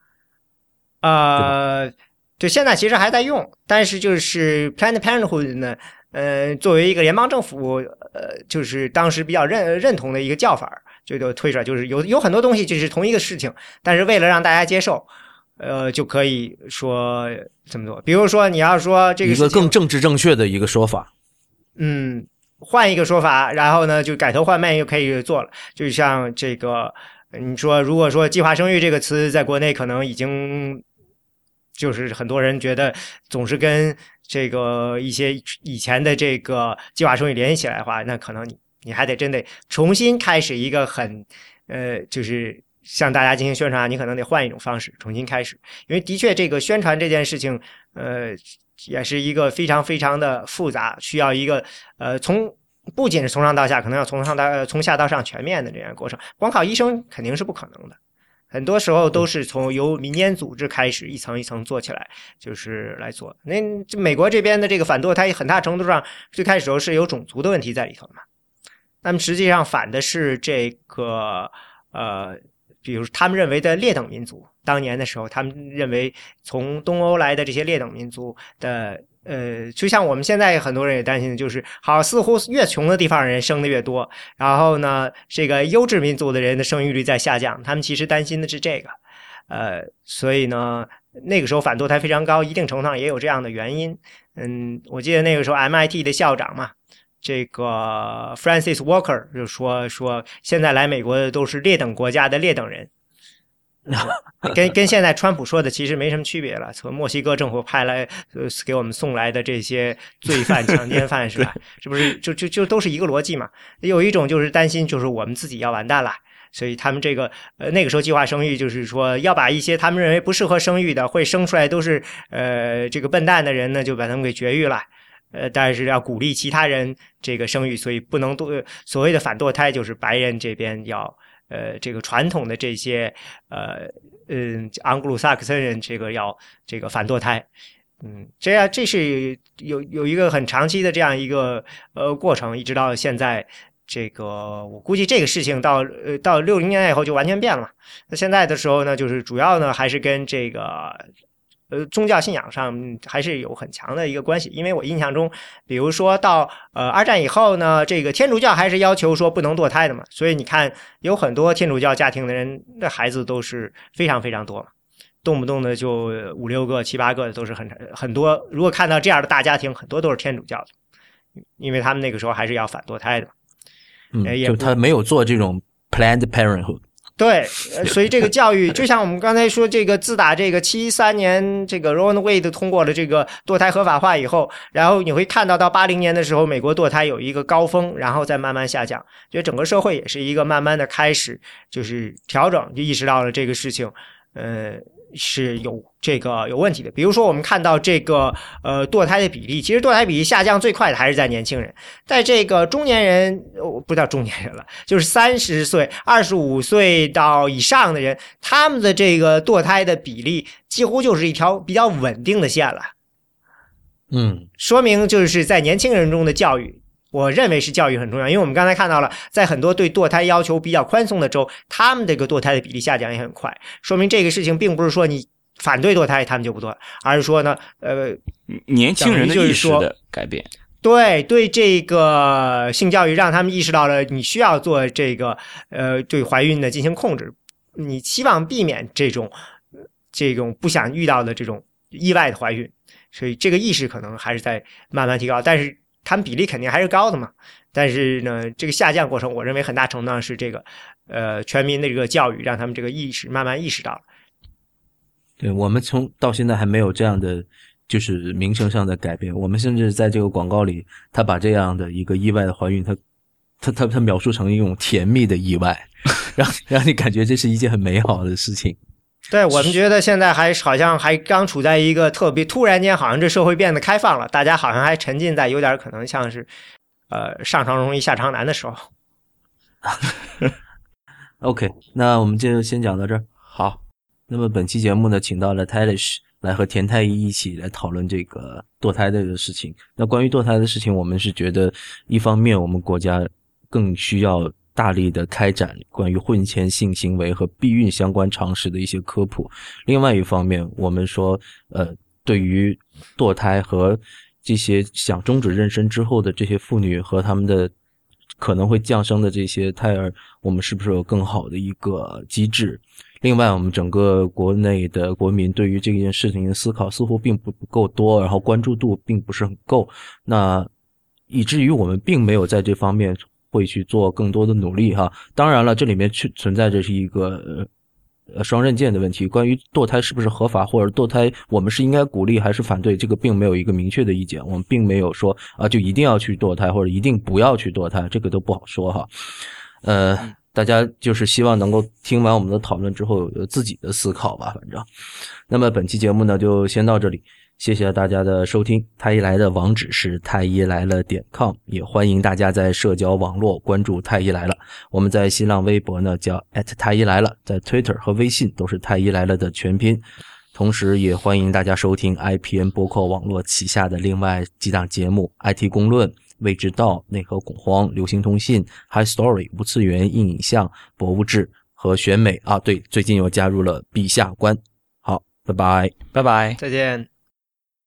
呃，对，现在其实还在用，但是就是 Planned Parenthood 呢，呃，作为一个联邦政府，呃，就是当时比较认认同的一个叫法，就就推出来，就是有有很多东西就是同一个事情，但是为了让大家接受，呃，就可以说这么做。比如说，你要说这个一个更政治正确的一个说法， 嗯。换一个说法，然后呢，就改头换面又可以做了。就像这个，你说如果说计划生育这个词在国内可能已经，就是很多人觉得总是跟这个一些以前的这个计划生育联系起来的话，那可能你你还得真得重新开始一个很，呃，就是向大家进行宣传，你可能得换一种方式重新开始，因为的确这个宣传这件事情，呃。也是一个非常非常的复杂，需要一个呃从不仅是从上到下，可能要从上到从下到上全面的这样过程。光靠医生肯定是不可能的，很多时候都是从由民间组织开始一层一层做起来，就是来做。那美国这边的这个反堕胎，很大程度上最开始时候是有种族的问题在里头的嘛。那么实际上反的是这个呃，比如他们认为的劣等民族。当年的时候，他们认为从东欧来的这些劣等民族的，呃，就像我们现在很多人也担心的，就是好，似乎越穷的地方人生的越多，然后呢，这个优质民族的人的生育率在下降，他们其实担心的是这个，呃，所以呢，那个时候反堕胎非常高，一定程度上也有这样的原因。嗯，我记得那个时候 M I T 的校长嘛，这个 Francis Walker 就说说，现在来美国的都是劣等国家的劣等人。跟跟现在川普说的其实没什么区别了。从墨西哥政府派来呃给我们送来的这些罪犯、强奸犯是吧？是不是就就就都是一个逻辑嘛？有一种就是担心，就是我们自己要完蛋了，所以他们这个呃那个时候计划生育，就是说要把一些他们认为不适合生育的、会生出来都是呃这个笨蛋的人呢，就把他们给绝育了。呃，但是要鼓励其他人这个生育，所以不能堕所谓的反堕胎，就是白人这边要。呃，这个传统的这些呃嗯，盎格鲁撒克森人这个要这个反堕胎，嗯，这样这是有有一个很长期的这样一个呃过程，一直到现在，这个我估计这个事情到呃到六零年代以后就完全变了。那现在的时候呢，就是主要呢还是跟这个。呃，宗教信仰上还是有很强的一个关系，因为我印象中，比如说到呃二战以后呢，这个天主教还是要求说不能堕胎的嘛，所以你看有很多天主教家庭的人的孩子都是非常非常多嘛，动不动的就五六个、七八个都是很很多。如果看到这样的大家庭，很多都是天主教的，因为他们那个时候还是要反堕胎的。 嗯，就他没有做这种 Planned Parenthood。 对，所以这个教育就像我们刚才说，这个自打这个七三年这个 Roe Wade 通过了这个堕胎合法化以后，然后你会看到到八零年的时候，美国堕胎有一个高峰，然后再慢慢下降，就整个社会也是一个慢慢的开始就是调整，就意识到了这个事情，呃。是有这个有问题的。比如说我们看到这个呃堕胎的比例，其实堕胎比例下降最快的还是在年轻人，在这个中年人，不叫中年人了，就是三十岁、二十五岁到以上的人，他们的这个堕胎的比例几乎就是一条比较稳定的线了。 嗯， 说明就是在年轻人中的教育。我认为是教育很重要，因为我们刚才看到了，在很多对堕胎要求比较宽松的州，他们这个堕胎的比例下降也很快，说明这个事情并不是说你反对堕胎他们就不堕，而是说呢，呃， 年轻人的意识的改变， 对对，这个性教育让他们意识到了你需要做这个呃对怀孕的进行控制，你希望避免这种这种不想遇到的这种意外的怀孕，所以这个意识可能还是在慢慢提高，但是。他们比例肯定还是高的嘛，但是呢，这个下降过程，我认为很大程度上是这个，呃，全民的这个教育让他们这个意识慢慢意识到了。 对，我们从到现在还没有这样的就是名声上的改变，我们甚至在这个广告里，他把这样的一个意外的怀孕，他他他他描述成一种甜蜜的意外，让让你感觉这是一件很美好的事情。 对，我们觉得现在还好像还刚处在一个特别突然间，好像这社会变得开放了，大家好像还沉浸在有点可能像是，呃，上床容易下床难的时候。 OK， 那我们就先讲到这儿。 好， 那么本期节目呢，请到了 Talish 来和田太医一起来讨论这个堕胎的事情。那关于堕胎的事情，我们是觉得一方面我们国家更需要大力的开展关于婚前性行为和避孕相关常识的一些科普，另外一方面我们说呃，对于堕胎和这些想终止妊娠之后的这些妇女和他们的可能会降生的这些胎儿，我们是不是有更好的一个机制？另外我们整个国内的国民对于这件事情的思考似乎并不够多，然后关注度并不是很够，那以至于我们并没有在这方面会去做更多的努力哈。当然了，这里面存在着是一个呃双刃剑的问题，关于堕胎是不是合法，或者堕胎我们是应该鼓励还是反对，这个并没有一个明确的意见，我们并没有说啊就一定要去堕胎或者一定不要去堕胎，这个都不好说哈。呃大家就是希望能够听完我们的讨论之后有自己的思考吧，反正。那么本期节目呢就先到这里，谢谢大家的收听。太医来的网址是太医来了点 com， 也欢迎大家在社交网络关注太医来了。我们在新浪微博呢叫 at 太医来了，在 Twitter 和微信都是太医来了的全拼。同时也欢迎大家收听 I P N 播客网络旗下的另外几档节目 I T 公论、未知道、内核恐慌、流行通信、High Story、无次元、硬影像、博物志和选美啊，对，最近又加入了陛下观。好，拜拜， 拜拜， 再见。